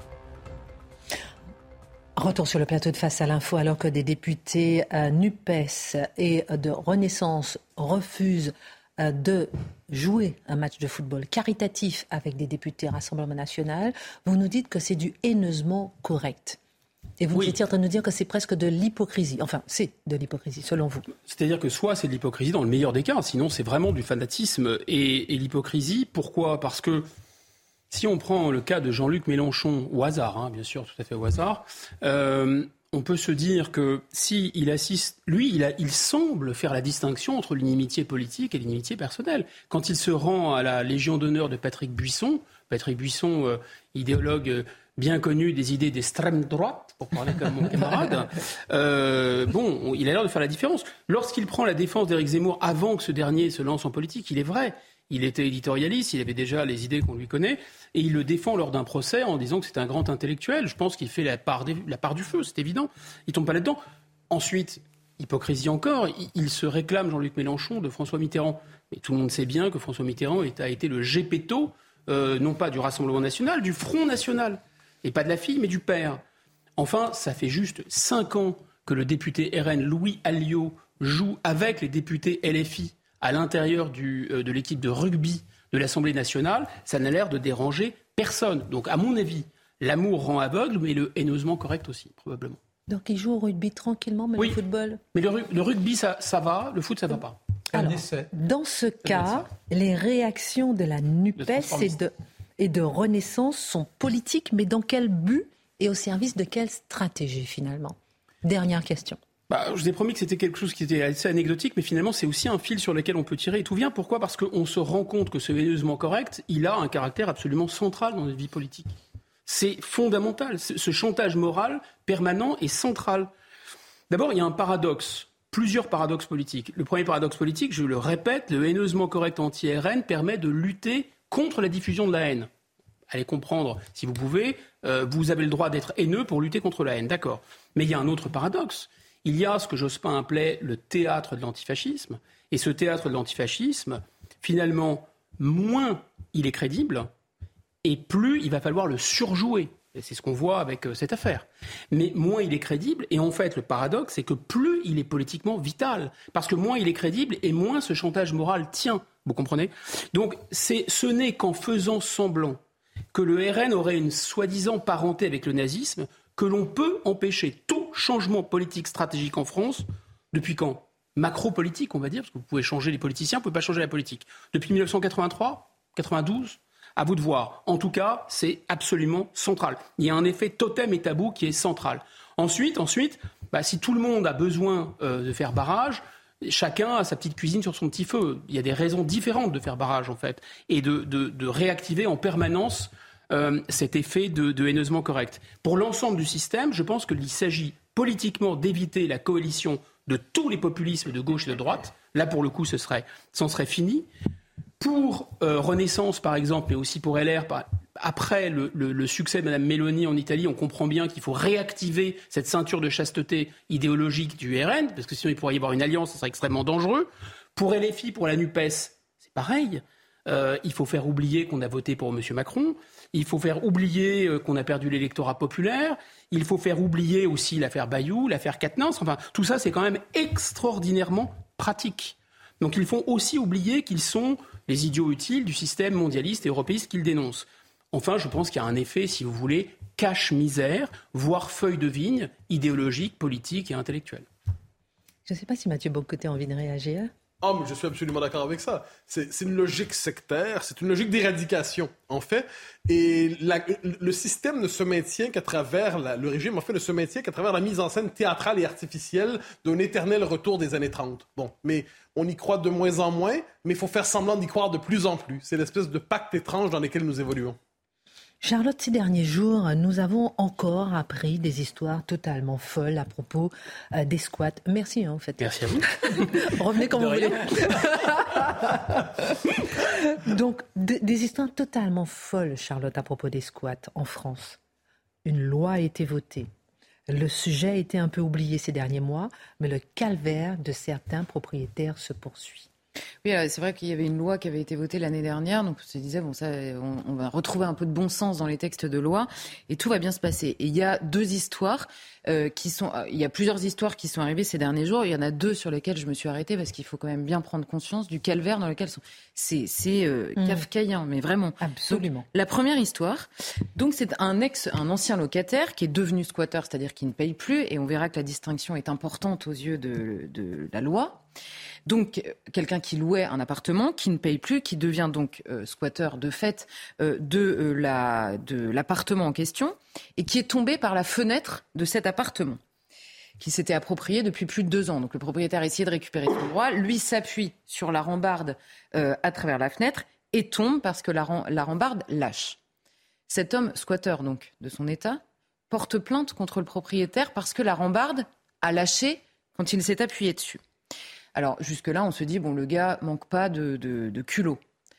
Retour sur le plateau de Face à l'info, alors que des députés euh, NUPES et de Renaissance refusent euh, de jouer un match de football caritatif avec des députés Rassemblement National. Vous nous dites que c'est du haineusement correct. Et vous oui. étiez en train de nous dire que c'est presque de l'hypocrisie. Enfin, c'est de l'hypocrisie, selon vous. C'est-à-dire que soit c'est de l'hypocrisie dans le meilleur des cas, sinon c'est vraiment du fanatisme. Et, et l'hypocrisie, pourquoi ? Parce que si on prend le cas de Jean-Luc Mélenchon, au hasard, hein, bien sûr, tout à fait au hasard, euh, on peut se dire que s'il assiste, lui, il, a, il semble faire la distinction entre l'inimitié politique et l'inimitié personnelle. Quand il se rend à la Légion d'honneur de Patrick Buisson, Patrick Buisson, euh, idéologue euh, bien connu des idées d'extrême droite, pour parler comme mon camarade, euh, bon, il a l'air de faire la différence. Lorsqu'il prend la défense d'Éric Zemmour avant que ce dernier se lance en politique, il est vrai. Il était éditorialiste, il avait déjà les idées qu'on lui connaît, et il le défend lors d'un procès en disant que c'est un grand intellectuel. Je pense qu'il fait la part, des, la part du feu, c'est évident. Il tombe pas là-dedans. Ensuite, hypocrisie encore, il, il se réclame, Jean-Luc Mélenchon, de François Mitterrand. Mais tout le monde sait bien que François Mitterrand a été le gépetto, euh, non pas du Rassemblement national, du Front national. Et pas de la fille, mais du père. Enfin, ça fait juste cinq ans que le député R N Louis Alliot joue avec les députés L F I à l'intérieur du, euh, de l'équipe de rugby de l'Assemblée nationale. Ça n'a l'air de déranger personne. Donc, à mon avis, l'amour rend aveugle, mais le haineusement correct aussi, probablement. Donc, il joue au rugby tranquillement, mais oui. le football... Mais le, le rugby, ça, ça va, le foot, ça va pas. Alors, dans ce cas, les réactions de la NUPES et de, et de Renaissance sont politiques, mais dans quel but et au service de quelle stratégie, finalement ? Dernière question. Bah, je vous ai promis que c'était quelque chose qui était assez anecdotique, mais finalement, c'est aussi un fil sur lequel on peut tirer. Et tout vient, pourquoi ? Parce qu'on se rend compte que ce haineusement correct, il a un caractère absolument central dans notre vie politique. C'est fondamental. Ce chantage moral permanent est central. D'abord, il y a un paradoxe, plusieurs paradoxes politiques. Le premier paradoxe politique, je le répète, le haineusement correct anti-R N permet de lutter contre la diffusion de la haine. Allez comprendre, si vous pouvez, euh, vous avez le droit d'être haineux pour lutter contre la haine, d'accord. Mais il y a un autre paradoxe. Il y a ce que Jospin appelait le théâtre de l'antifascisme. Et ce théâtre de l'antifascisme, finalement, moins il est crédible, et plus il va falloir le surjouer. Et c'est ce qu'on voit avec euh, cette affaire. Mais moins il est crédible, et en fait, le paradoxe, c'est que plus il est politiquement vital. Parce que moins il est crédible, et moins ce chantage moral tient. Vous comprenez ? Donc, c'est, ce n'est qu'en faisant semblant que le R N aurait une soi-disant parenté avec le nazisme que l'on peut empêcher tout changement politique stratégique en France. Depuis quand ? Macro-politique, on va dire, parce que vous pouvez changer les politiciens, vous ne pouvez pas changer la politique. Depuis dix-neuf cent quatre-vingt-trois, quatre-vingt-douze, à vous de voir. En tout cas, c'est absolument central. Il y a un effet totem et tabou qui est central. Ensuite, ensuite bah, si tout le monde a besoin euh, de faire barrage, chacun a sa petite cuisine sur son petit feu. Il y a des raisons différentes de faire barrage, en fait, et de, de, de réactiver en permanence euh, cet effet de, de haineusement correct. Pour l'ensemble du système, je pense qu'il s'agit politiquement d'éviter la coalition de tous les populismes de gauche et de droite. Là, pour le coup, ce serait, c'en serait fini. Pour euh, Renaissance, par exemple, mais aussi pour L R, par, après le, le, le succès de Mme Meloni en Italie, on comprend bien qu'il faut réactiver cette ceinture de chasteté idéologique du R N, parce que sinon il pourrait y avoir une alliance, ce serait extrêmement dangereux. Pour L F I, pour la NUPES, c'est pareil. Euh, il faut faire oublier qu'on a voté pour M. Macron. Il faut faire oublier euh, qu'on a perdu l'électorat populaire. Il faut faire oublier aussi l'affaire Bayou, l'affaire Quatennens. Enfin, tout ça, c'est quand même extraordinairement pratique. Donc il faut aussi oublier qu'ils sont les idiots utiles du système mondialiste et européiste qu'ils dénoncent. Enfin, je pense qu'il y a un effet, si vous voulez, cache-misère, voire feuille de vigne, idéologique, politique et intellectuelle. Je ne sais pas si Mathieu Bock-Côté a envie de réagir. Oh, mais je suis absolument d'accord avec ça. C'est, c'est une logique sectaire, c'est une logique d'éradication, en fait. Et la, le système ne se maintient qu'à travers, la, le régime, en fait, ne se maintient qu'à travers la mise en scène théâtrale et artificielle d'un éternel retour des années trente. Bon, mais on y croit de moins en moins, mais il faut faire semblant d'y croire de plus en plus. C'est l'espèce de pacte étrange dans lequel nous évoluons. Charlotte, ces derniers jours, nous avons encore appris des histoires totalement folles à propos euh, des squats. Merci, hein, en fait. Merci à vous. Revenez quand de vous rien. voulez. Donc, d- des histoires totalement folles, Charlotte, à propos des squats en France. Une loi a été votée. Le sujet a été un peu oublié ces derniers mois, mais le calvaire de certains propriétaires se poursuit. Oui, c'est vrai qu'il y avait une loi qui avait été votée l'année dernière, donc on se disait, bon, ça, on, on va retrouver un peu de bon sens dans les textes de loi, et tout va bien se passer. Et il y a deux histoires euh, qui sont, il y a plusieurs histoires qui sont arrivées ces derniers jours. Il y en a deux sur lesquelles je me suis arrêtée parce qu'il faut quand même bien prendre conscience du calvaire dans lequel sont. C'est, c'est euh, mmh. kafkaïen, mais vraiment. Absolument. Donc, la première histoire, donc c'est un ex, un ancien locataire qui est devenu squatteur, c'est-à-dire qui ne paye plus, et on verra que la distinction est importante aux yeux de, de la loi. Donc, quelqu'un qui louait un appartement, qui ne paye plus, qui devient donc euh, squatteur de fait euh, de, euh, la, de l'appartement en question, et qui est tombé par la fenêtre de cet appartement, qui s'était approprié depuis plus de deux ans. Donc, le propriétaire a essayé de récupérer son droit. Lui s'appuie sur la rambarde euh, à travers la fenêtre et tombe parce que la, ram- la rambarde lâche. Cet homme, squatteur donc de son état, porte plainte contre le propriétaire parce que la rambarde a lâché quand il s'est appuyé dessus. Alors, jusque-là, on se dit, bon, le gars manque pas de, de, de culot.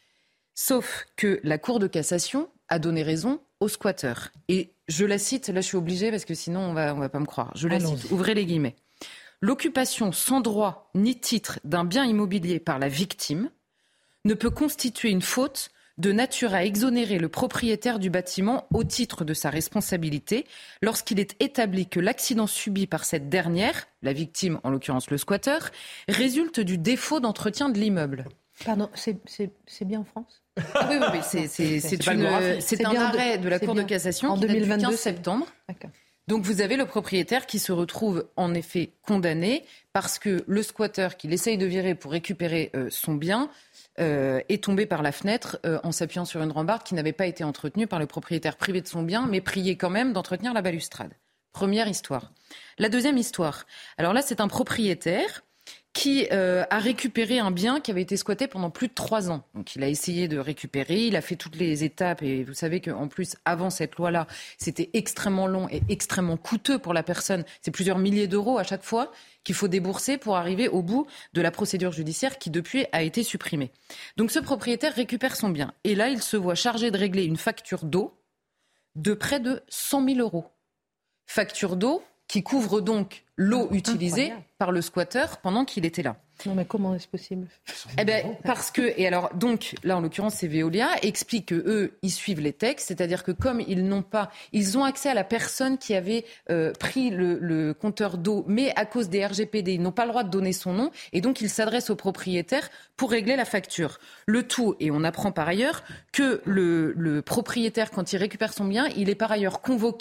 Sauf que la Cour de cassation a donné raison aux squatteurs. Et je la cite, là je suis obligée parce que sinon on va, on va pas me croire. Je la Allons-y. cite, ouvrez les guillemets. L'occupation sans droit ni titre d'un bien immobilier par la victime ne peut constituer une faute de nature à exonérer le propriétaire du bâtiment au titre de sa responsabilité lorsqu'il est établi que l'accident subi par cette dernière, la victime, en l'occurrence le squatteur, résulte du défaut d'entretien de l'immeuble. Pardon, c'est, c'est, c'est bien en France ? Ah oui, oui, oui, c'est, c'est, c'est, C'est pas une- le Gorafi. c'est C'est un bien arrêt de- de la c'est Cour de bien. cassation En qui date du deux mille vingt-deux, quinze c'est- septembre. D'accord. Donc vous avez le propriétaire qui se retrouve en effet condamné parce que le squatteur qu'il essaye de virer pour récupérer euh, son bien euh, est tombé par la fenêtre euh, en s'appuyant sur une rambarde qui n'avait pas été entretenue par le propriétaire privé de son bien, mais prié quand même d'entretenir la balustrade. Première histoire. La deuxième histoire. Alors là, c'est un propriétaire qui euh, a récupéré un bien qui avait été squatté pendant plus de trois ans. Donc il a essayé de récupérer, il a fait toutes les étapes et vous savez qu'en plus, avant cette loi-là, c'était extrêmement long et extrêmement coûteux pour la personne. C'est plusieurs milliers d'euros à chaque fois qu'il faut débourser pour arriver au bout de la procédure judiciaire qui depuis a été supprimée. Donc ce propriétaire récupère son bien et là, il se voit chargé de régler une facture d'eau de près de cent mille euros. Facture d'eau qui couvre donc l'eau utilisée Incroyable. par le squatteur pendant qu'il était là. Non, mais comment est-ce possible ? Eh ben, parce que, et alors, donc, là, en l'occurrence, c'est Veolia, explique que eux, ils suivent les textes, c'est-à-dire que comme ils n'ont pas, ils ont accès à la personne qui avait euh, pris le, le compteur d'eau, mais à cause des R G P D, ils n'ont pas le droit de donner son nom, et donc ils s'adressent au propriétaire pour régler la facture. Le tout, et on apprend par ailleurs que le, le propriétaire, quand il récupère son bien, il est par ailleurs convoqué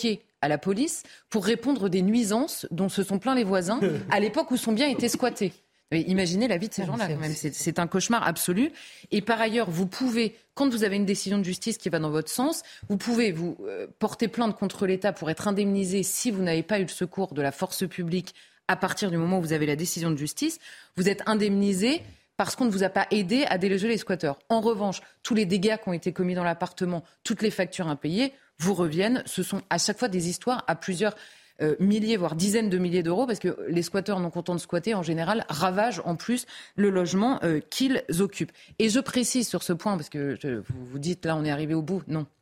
à la police pour répondre des nuisances dont se sont plaints les voisins à l'époque où son bien était squatté. Imaginez la vie de ces gens-là, quand même. C'est, c'est un cauchemar absolu. Et par ailleurs, vous pouvez, quand vous avez une décision de justice qui va dans votre sens, vous pouvez vous euh, porter plainte contre l'État pour être indemnisé si vous n'avez pas eu le secours de la force publique à partir du moment où vous avez la décision de justice. Vous êtes indemnisé parce qu'on ne vous a pas aidé à déloger les squatteurs. En revanche, tous les dégâts qui ont été commis dans l'appartement, toutes les factures impayées, vous reviennent. Ce sont à chaque fois des histoires à plusieurs Euh, milliers, voire dizaines de milliers d'euros, parce que les squatteurs non contents de squatter, en général, ravagent en plus le logement euh, qu'ils occupent. Et je précise sur ce point, parce que je, vous vous dites, là, on est arrivé au bout. Non.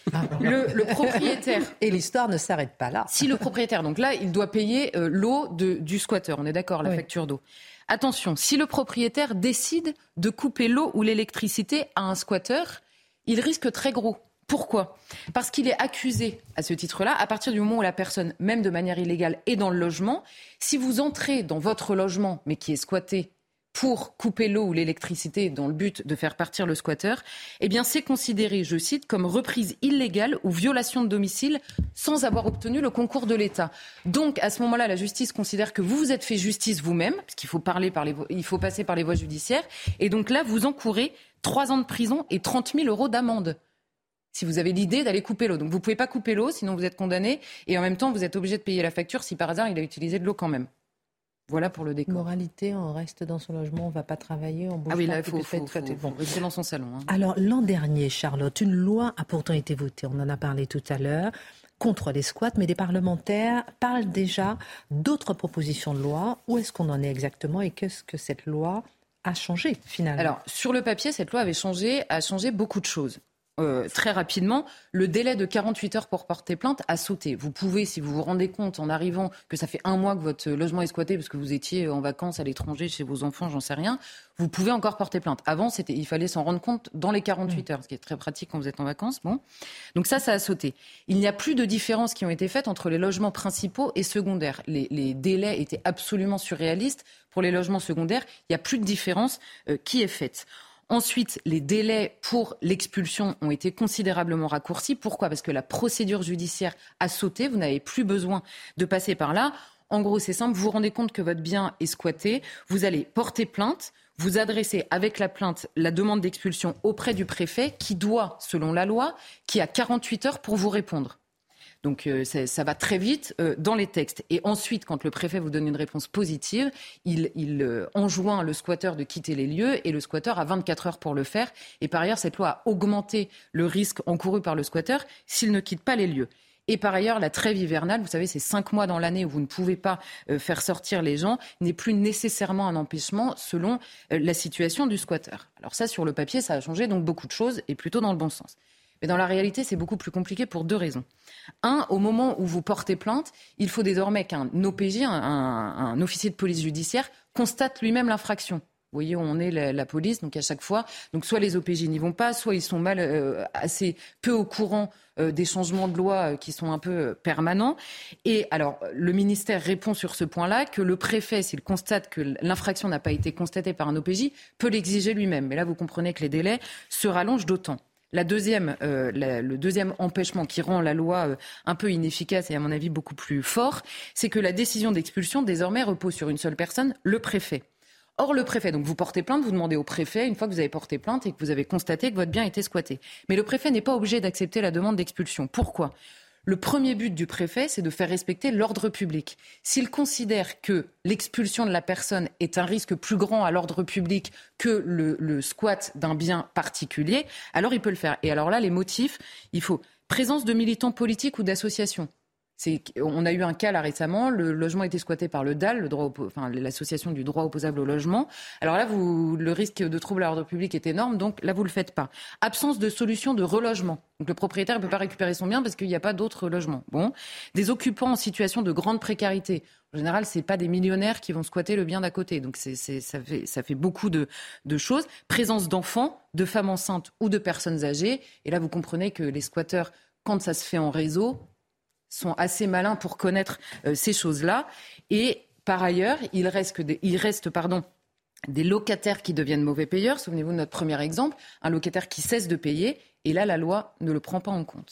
Le, le propriétaire... Et l'histoire ne s'arrête pas là. Si le propriétaire, donc là, il doit payer euh, l'eau de, du squatteur, on est d'accord, la oui. facture d'eau. Attention, si le propriétaire décide de couper l'eau ou l'électricité à un squatteur, il risque très gros. Pourquoi ? Parce qu'il est accusé, à ce titre-là, à partir du moment où la personne, même de manière illégale, est dans le logement. Si vous entrez dans votre logement, mais qui est squatté, pour couper l'eau ou l'électricité dans le but de faire partir le squatteur, eh bien c'est considéré, je cite, comme reprise illégale ou violation de domicile sans avoir obtenu le concours de l'État. Donc à ce moment-là, la justice considère que vous vous êtes fait justice vous-même, parce qu'il faut parler par les vo- il faut passer par les voies judiciaires, et donc là vous encourez trois ans de prison et trente mille euros d'amende. Si vous avez l'idée d'aller couper l'eau. Donc vous ne pouvez pas couper l'eau, sinon vous êtes condamné. Et en même temps, vous êtes obligé de payer la facture si par hasard il a utilisé de l'eau quand même. Voilà pour le décor. Moralité, on reste dans son logement, on ne va pas travailler, on bouge ah oui, pas. Là, il faut, faut, faut, faut bon. rester dans son salon. Hein. Alors l'an dernier, Charlotte, une loi a pourtant été votée, on en a parlé tout à l'heure, contre les squats, mais des parlementaires parlent déjà d'autres propositions de loi. Où est-ce qu'on en est exactement et qu'est-ce que cette loi a changé finalement ? Alors, sur le papier, cette loi avait changé, a changé beaucoup de choses. Euh, très rapidement, le délai de quarante-huit heures pour porter plainte a sauté. Vous pouvez, si vous vous rendez compte en arrivant que ça fait un mois que votre logement est squatté parce que vous étiez en vacances à l'étranger chez vos enfants, j'en sais rien, vous pouvez encore porter plainte. Avant, c'était, il fallait s'en rendre compte dans les quarante-huit heures, ce qui est très pratique quand vous êtes en vacances. Bon. Donc ça, ça a sauté. Il n'y a plus de différences qui ont été faites entre les logements principaux et secondaires. Les, les délais étaient absolument surréalistes. Pour les logements secondaires, il n'y a plus de différence euh, qui est faite. Ensuite, les délais pour l'expulsion ont été considérablement raccourcis. Pourquoi ? Parce que la procédure judiciaire a sauté. Vous n'avez plus besoin de passer par là. En gros, c'est simple. Vous vous rendez compte que votre bien est squatté. Vous allez porter plainte. Vous adressez avec la plainte la demande d'expulsion auprès du préfet qui doit, selon la loi, qui a quarante-huit heures pour vous répondre. Donc euh, ça, ça va très vite euh, dans les textes. Et ensuite, quand le préfet vous donne une réponse positive, il, il euh, enjoint le squatteur de quitter les lieux et le squatteur a vingt-quatre heures pour le faire. Et par ailleurs, cette loi a augmenté le risque encouru par le squatteur s'il ne quitte pas les lieux. Et par ailleurs, la trêve hivernale, vous savez, c'est cinq mois dans l'année où vous ne pouvez pas euh, faire sortir les gens, n'est plus nécessairement un empêchement selon euh, la situation du squatteur. Alors ça, sur le papier, ça a changé donc beaucoup de choses et plutôt dans le bon sens. Mais dans la réalité, c'est beaucoup plus compliqué pour deux raisons. Un, au moment où vous portez plainte, il faut désormais qu'un O P J, un, un, un officier de police judiciaire, constate lui-même l'infraction. Vous voyez où on est la, la police, donc à chaque fois, donc soit les O P J n'y vont pas, soit ils sont mal, euh, assez peu au courant euh, des changements de loi euh, qui sont un peu euh, permanents. Et alors, le ministère répond sur ce point-là que le préfet, s'il constate que l'infraction n'a pas été constatée par un O P J, peut l'exiger lui-même. Mais là, vous comprenez que les délais se rallongent d'autant. La deuxième, euh, la, le deuxième empêchement qui rend la loi euh, un peu inefficace et à mon avis beaucoup plus fort, c'est que la décision d'expulsion désormais repose sur une seule personne, le préfet. Or, le préfet, donc vous portez plainte, vous demandez au préfet, une fois que vous avez porté plainte et que vous avez constaté que votre bien était squatté. Mais le préfet n'est pas obligé d'accepter la demande d'expulsion. Pourquoi ? Le premier but du préfet, c'est de faire respecter l'ordre public. S'il considère que l'expulsion de la personne est un risque plus grand à l'ordre public que le, le squat d'un bien particulier, alors il peut le faire. Et alors là, les motifs, il faut présence de militants politiques ou d'associations. C'est, on a eu un cas là récemment, le logement a été squatté par le D A L, le droit, enfin, l'association du droit opposable au logement. Alors là, vous, le risque de trouble à l'ordre public est énorme, donc là, vous ne le faites pas. Absence de solution de relogement. Donc le propriétaire ne peut pas récupérer son bien parce qu'il n'y a pas d'autres logements. Bon. Des occupants en situation de grande précarité. En général, ce n'est pas des millionnaires qui vont squatter le bien d'à côté. Donc c'est, c'est, ça, fait, ça fait beaucoup de, de choses. Présence d'enfants, de femmes enceintes ou de personnes âgées. Et là, vous comprenez que les squatteurs, quand ça se fait en réseau, sont assez malins pour connaître euh, ces choses-là. Et par ailleurs, il reste, des, il reste pardon, des locataires qui deviennent mauvais payeurs. Souvenez-vous de notre premier exemple, un locataire qui cesse de payer. Et là, la loi ne le prend pas en compte.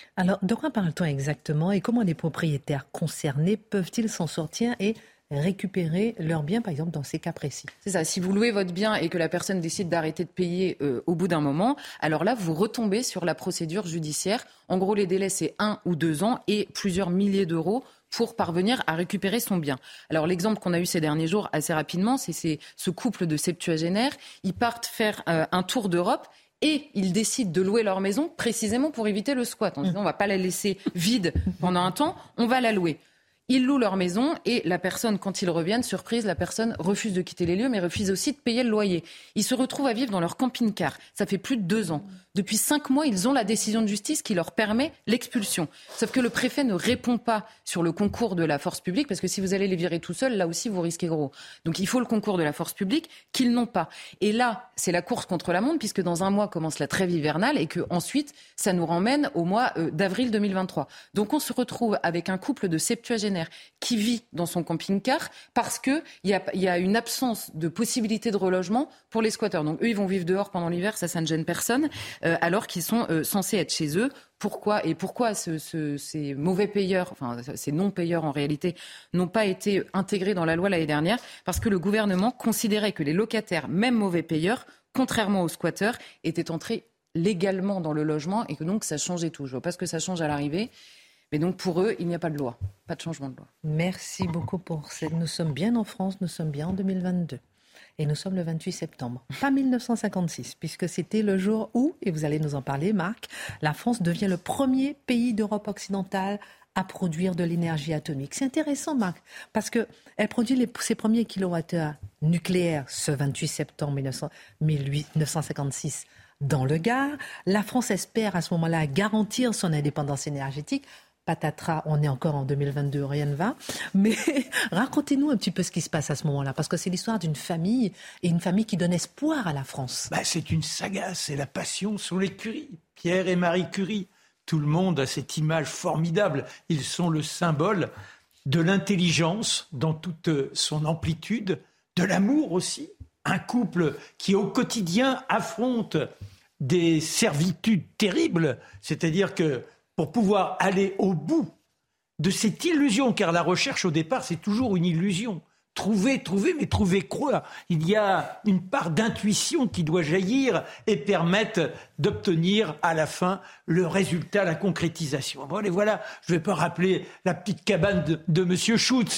Alors, de quoi parle-t-on exactement et comment les propriétaires concernés peuvent-ils s'en sortir et récupérer leurs biens, par exemple, dans ces cas précis? C'est ça. Si vous louez votre bien et que la personne décide d'arrêter de payer euh, au bout d'un moment, alors là, vous retombez sur la procédure judiciaire. En gros, les délais, c'est un ou deux ans et plusieurs milliers d'euros pour parvenir à récupérer son bien. Alors l'exemple qu'on a eu ces derniers jours assez rapidement, c'est, c'est ce couple de septuagénaires. Ils partent faire euh, un tour d'Europe et ils décident de louer leur maison précisément pour éviter le squat. En disant, on ne va pas la laisser vide pendant un temps, on va la louer. Ils louent leur maison et la personne, quand ils reviennent, surprise, la personne refuse de quitter les lieux, mais refuse aussi de payer le loyer. Ils se retrouvent à vivre dans leur camping-car. Ça fait plus de deux ans. Depuis cinq mois, ils ont la décision de justice qui leur permet l'expulsion. Sauf que le préfet ne répond pas sur le concours de la force publique, parce que si vous allez les virer tout seuls, là aussi, vous risquez gros. Donc il faut le concours de la force publique qu'ils n'ont pas. Et là, c'est la course contre la montre, puisque dans un mois commence la trêve hivernale et que ensuite, ça nous ramène au mois euh, d'avril deux mille vingt-trois. Donc on se retrouve avec un couple de septuagénaires qui vit dans son camping-car parce qu'il y a, y a une absence de possibilité de relogement pour les squatteurs. Donc eux, ils vont vivre dehors pendant l'hiver, ça, ça ne gêne personne, euh, alors qu'ils sont euh, censés être chez eux. Pourquoi et pourquoi ce, ce, ces mauvais payeurs, enfin ces non-payeurs en réalité, n'ont pas été intégrés dans la loi l'année dernière? Parce que le gouvernement considérait que les locataires, même mauvais payeurs, contrairement aux squatteurs, étaient entrés légalement dans le logement et que donc ça changeait tout. Je ne vois pas ce que ça change à l'arrivée. Mais donc pour eux, il n'y a pas de loi, pas de changement de loi. Merci beaucoup pour cette... Nous sommes bien en France, nous sommes bien en deux mille vingt-deux. Et nous sommes le vingt-huit septembre, pas mille neuf cent cinquante-six, puisque c'était le jour où, et vous allez nous en parler Marc, la France devient le premier pays d'Europe occidentale à produire de l'énergie atomique. C'est intéressant Marc, parce qu'elle produit les, ses premiers kilowattheures nucléaires ce vingt-huit septembre mille neuf cent cinquante-six dans le Gard. La France espère à ce moment-là garantir son indépendance énergétique. Patatras, on est encore en deux mille vingt-deux, rien ne va. Mais racontez-nous un petit peu ce qui se passe à ce moment-là, parce que c'est l'histoire d'une famille, et une famille qui donne espoir à la France. Bah, c'est une saga, c'est la passion sur les Curie. Pierre et Marie Curie. Tout le monde a cette image formidable. Ils sont le symbole de l'intelligence dans toute son amplitude, de l'amour aussi. Un couple qui, au quotidien, affronte des servitudes terribles, c'est-à-dire que pour pouvoir aller au bout de cette illusion, car la recherche au départ c'est toujours une illusion, trouver, trouver, mais trouver quoi? Il y a une part d'intuition qui doit jaillir et permettre d'obtenir à la fin le résultat, la concrétisation. Bon, et voilà, je ne vais pas rappeler la petite cabane de, de Monsieur Schutz,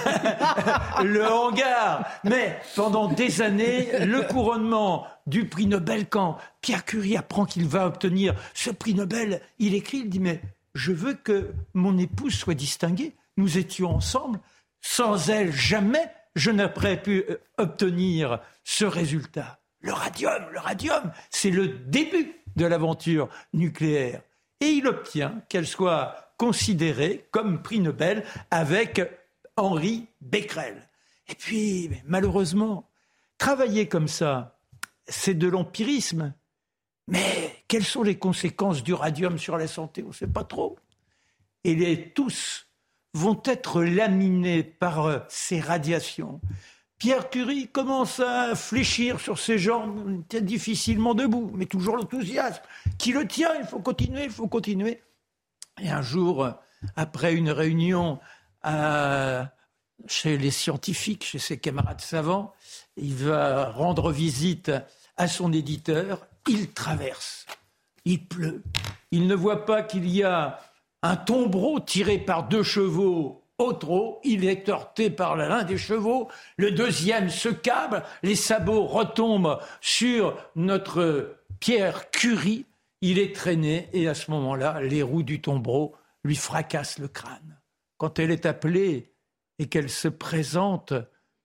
le hangar, mais pendant des années, le couronnement du prix Nobel, quand Pierre Curie apprend qu'il va obtenir ce prix Nobel, il écrit, il dit, mais je veux que mon épouse soit distinguée. Nous étions ensemble. Sans elle, jamais je n'aurais pu obtenir ce résultat. Le radium, le radium, c'est le début de l'aventure nucléaire. Et il obtient qu'elle soit considérée comme prix Nobel avec Henri Becquerel. Et puis, malheureusement, travailler comme ça, c'est de l'empirisme. Mais quelles sont les conséquences du radium sur la santé? On ne sait pas trop. Et les, tous vont être laminés par ces radiations. Pierre Curie commence à fléchir sur ses jambes, il tient difficilement debout, mais toujours l'enthousiasme qui le tient, il faut continuer, il faut continuer. Et un jour, après une réunion à, chez les scientifiques, chez ses camarades savants, il va rendre visite à son éditeur, il traverse, il pleut, il ne voit pas qu'il y a un tombereau tiré par deux chevaux au trot, il est heurté par l'un des chevaux, le deuxième se câble, les sabots retombent sur notre Pierre Curie, il est traîné et à ce moment-là, les roues du tombereau lui fracassent le crâne. Quand elle est appelée et qu'elle se présente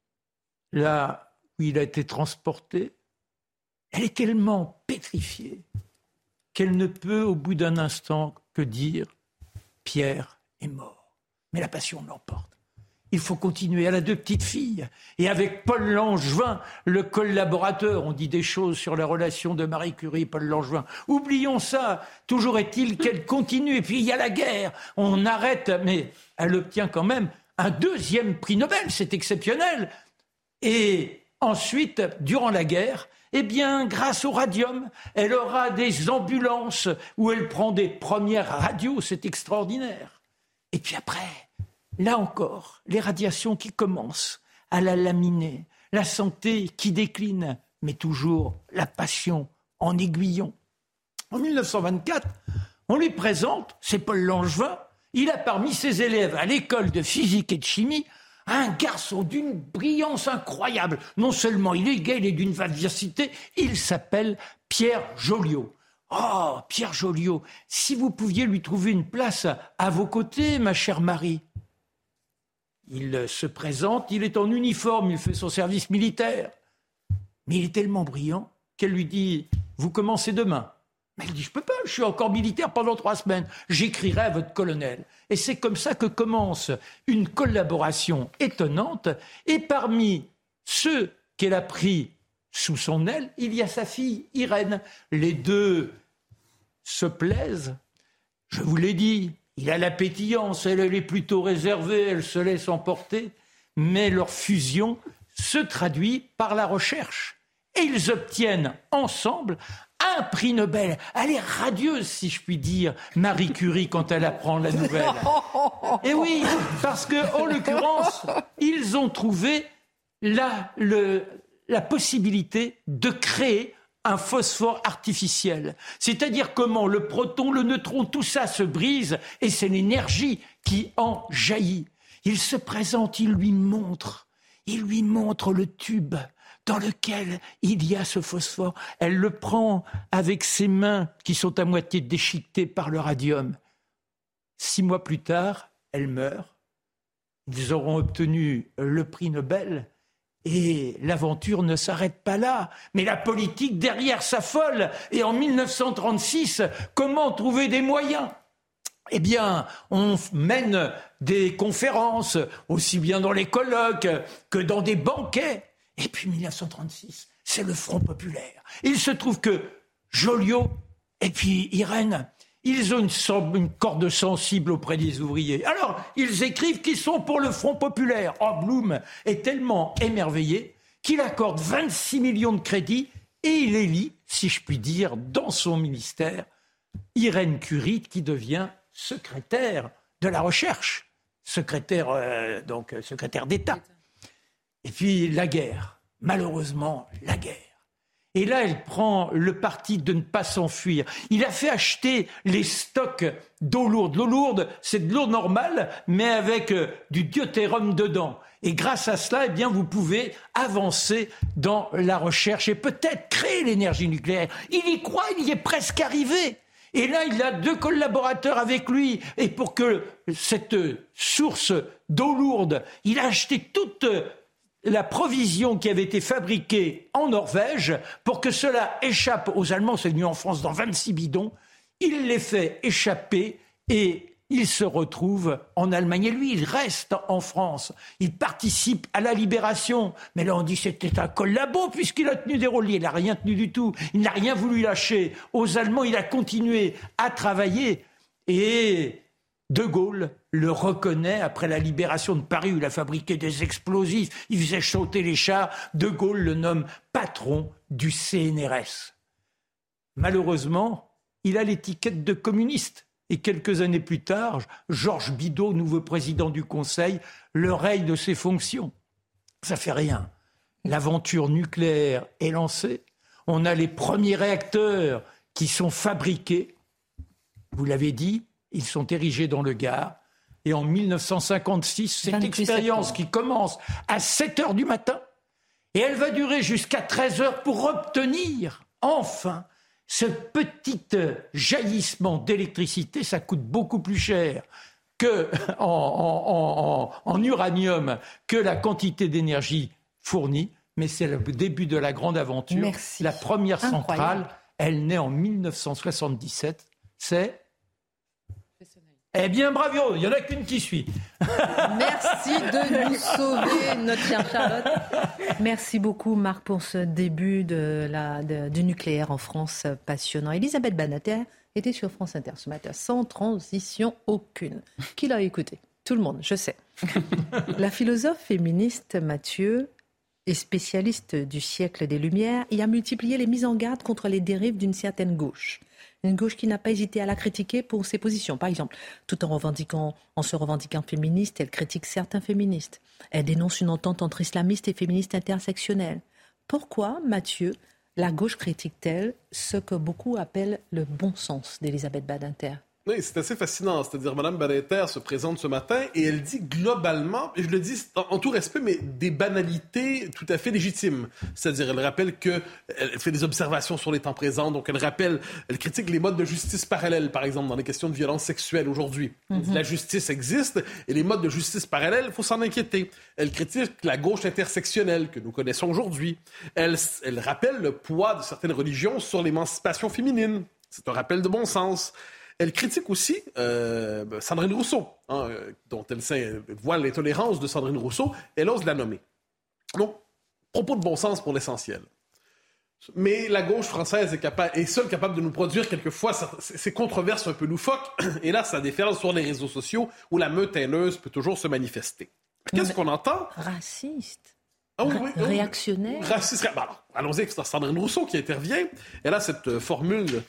là où il a été transporté, elle est tellement pétrifiée qu'elle ne peut au bout d'un instant que dire « Pierre est mort ». Mais la passion l'emporte. Il faut continuer. Elle a deux petites filles. Et avec Paul Langevin, le collaborateur, on dit des choses sur la relation de Marie Curie et Paul Langevin. Oublions ça. Toujours est-il qu'elle continue. Et puis il y a la guerre. On arrête, mais elle obtient quand même un deuxième prix Nobel. C'est exceptionnel. Et ensuite, durant la guerre, eh bien, grâce au radium, elle aura des ambulances où elle prend des premières radios, c'est extraordinaire. Et puis après, là encore, les radiations qui commencent à la laminer, la santé qui décline, mais toujours la passion en aiguillon. En dix-neuf cent vingt-quatre, on lui présente, c'est Paul Langevin, il a parmi ses élèves à l'école de physique et de chimie un garçon d'une brillance incroyable. Non seulement il est gai, il est d'une vivacité, il s'appelle Pierre Joliot. Oh, Pierre Joliot, si vous pouviez lui trouver une place à vos côtés, ma chère Marie. Il se présente, il est en uniforme, il fait son service militaire. Mais il est tellement brillant qu'elle lui dit « Vous commencez demain ». Mais elle dit « Je peux pas, je suis encore militaire pendant trois semaines. J'écrirai à votre colonel ». Et c'est comme ça que commence une collaboration étonnante. Et parmi ceux qu'elle a pris sous son aile, il y a sa fille Irène. Les deux se plaisent. Je vous l'ai dit, il a la pétillance, elle, elle est plutôt réservée, elle se laisse emporter. Mais leur fusion se traduit par la recherche. Et ils obtiennent ensemble un prix Nobel. Elle est radieuse, si je puis dire, Marie Curie, quand elle apprend la nouvelle. Et oui, parce que, en l'occurrence, ils ont trouvé la, le, la possibilité de créer un phosphore artificiel. C'est-à-dire comment le proton, le neutron, tout ça se brise et c'est l'énergie qui en jaillit. Il se présente, il lui montre, il lui montre le tube dans lequel il y a ce phosphore. Elle le prend avec ses mains qui sont à moitié déchiquetées par le radium. Six mois plus tard, elle meurt. Ils auront obtenu le prix Nobel et l'aventure ne s'arrête pas là. Mais la politique derrière s'affole. Et en dix-neuf cent trente-six, comment trouver des moyens ? Eh bien, on mène des conférences, aussi bien dans les colloques que dans des banquets. Et puis dix-neuf cent trente-six, c'est le Front populaire. Il se trouve que Joliot et puis Irène, ils ont une, une corde sensible auprès des ouvriers. Alors, ils écrivent qu'ils sont pour le Front populaire. Oh, Blum est tellement émerveillé qu'il accorde vingt-six millions de crédits et il élit, si je puis dire, dans son ministère, Irène Curie, qui devient secrétaire de la recherche, secrétaire, euh, donc, secrétaire d'État. Et puis la guerre, malheureusement la guerre. Et là, elle prend le parti de ne pas s'enfuir. Il a fait acheter les stocks d'eau lourde. L'eau lourde, c'est de l'eau normale, mais avec euh, du deutérium dedans. Et grâce à cela, eh bien, vous pouvez avancer dans la recherche et peut-être créer l'énergie nucléaire. Il y croit, il y est presque arrivé. Et là, il a deux collaborateurs avec lui. Et pour que cette source d'eau lourde, il a acheté toute la provision qui avait été fabriquée en Norvège pour que cela échappe aux Allemands. C'est venu en France dans vingt-six bidons. Il les fait échapper et il se retrouve en Allemagne. Et lui, il reste en France. Il participe à la libération. Mais là, on dit que c'était un collabo puisqu'il a tenu des rôles. Il n'a rien tenu du tout. Il n'a rien voulu lâcher. Aux Allemands, il a continué à travailler. Et De Gaulle le reconnaît après la libération de Paris où il a fabriqué des explosifs. Il faisait sauter les chars. De Gaulle le nomme patron du C N R S. Malheureusement, il a l'étiquette de communiste. Et quelques années plus tard, Georges Bidault, nouveau président du Conseil, le raye de ses fonctions. Ça fait rien. L'aventure nucléaire est lancée. On a les premiers réacteurs qui sont fabriqués. Vous l'avez dit, ils sont érigés dans le Gard. Et en dix-neuf cent cinquante-six, cette expérience qui commence à sept heures du matin, et elle va durer jusqu'à treize heures pour obtenir, enfin, ce petit jaillissement d'électricité. Ça coûte beaucoup plus cher que en, en, en, en uranium que la quantité d'énergie fournie. Mais c'est le début de la grande aventure. Merci. La première centrale, Incroyable. elle naît en dix-neuf cent soixante-dix-sept. C'est... Eh bien, bravo, il n'y en a qu'une qui suit. Merci de nous sauver, notre chère Charlotte. Merci beaucoup, Marc, pour ce début de la, de, du nucléaire en France passionnant. Elisabeth Badinter était sur France Inter ce matin, sans transition aucune. Qui l'a écouté ? Tout le monde, je sais. La philosophe féministe Mathieu et spécialiste du siècle des Lumières, il a multiplié les mises en garde contre les dérives d'une certaine gauche. Une gauche qui n'a pas hésité à la critiquer pour ses positions. Par exemple, tout en, revendiquant, en se revendiquant féministe, elle critique certains féministes. Elle dénonce une entente entre islamistes et féministes intersectionnelles. Pourquoi, Mathieu, la gauche critique-t-elle ce que beaucoup appellent le bon sens d'Elisabeth Badinter ? Oui, c'est assez fascinant. C'est-à-dire, Mme Badinter se présente ce matin et elle dit globalement, et je le dis en, en tout respect, mais des banalités tout à fait légitimes. C'est-à-dire, elle rappelle qu'elle fait des observations sur les temps présents, donc elle rappelle, elle critique les modes de justice parallèles, par exemple, dans les questions de violence sexuelle aujourd'hui. Mm-hmm. La justice existe et les modes de justice parallèles, il faut s'en inquiéter. Elle critique la gauche intersectionnelle que nous connaissons aujourd'hui. Elle, elle rappelle le poids de certaines religions sur l'émancipation féminine. C'est un rappel de bon sens. Elle critique aussi euh, Sandrine Rousseau, hein, dont elle sait, voit l'intolérance de Sandrine Rousseau. Elle ose la nommer. Donc, propos de bon sens pour l'essentiel. Mais la gauche française est, capable, est seule capable de nous produire quelquefois ces controverses un peu loufoques. Et là, ça déferle sur les réseaux sociaux où la meute haineuse peut toujours se manifester. Qu'est-ce qu'on entend? Raciste. Ah oui, oui, oui. Réactionnaire. Raciste. Bah, allons-y, c'est Sandrine Rousseau qui intervient. Elle a cette formule...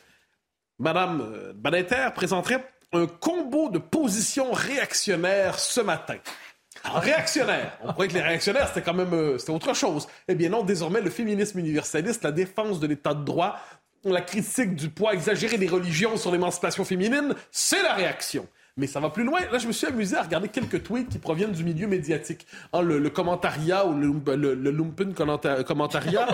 Madame Badinter présenterait un combo de positions réactionnaires ce matin. Alors, réactionnaire, on croyait que les réactionnaires, c'était quand même euh, c'était autre chose. Eh bien non, désormais, le féminisme universaliste, la défense de l'état de droit, la critique du poids exagéré des religions sur l'émancipation féminine, c'est la réaction. Mais ça va plus loin. Là, je me suis amusé à regarder quelques tweets qui proviennent du milieu médiatique. Hein, le, le commentariat ou le, le, le lumpen commentariat.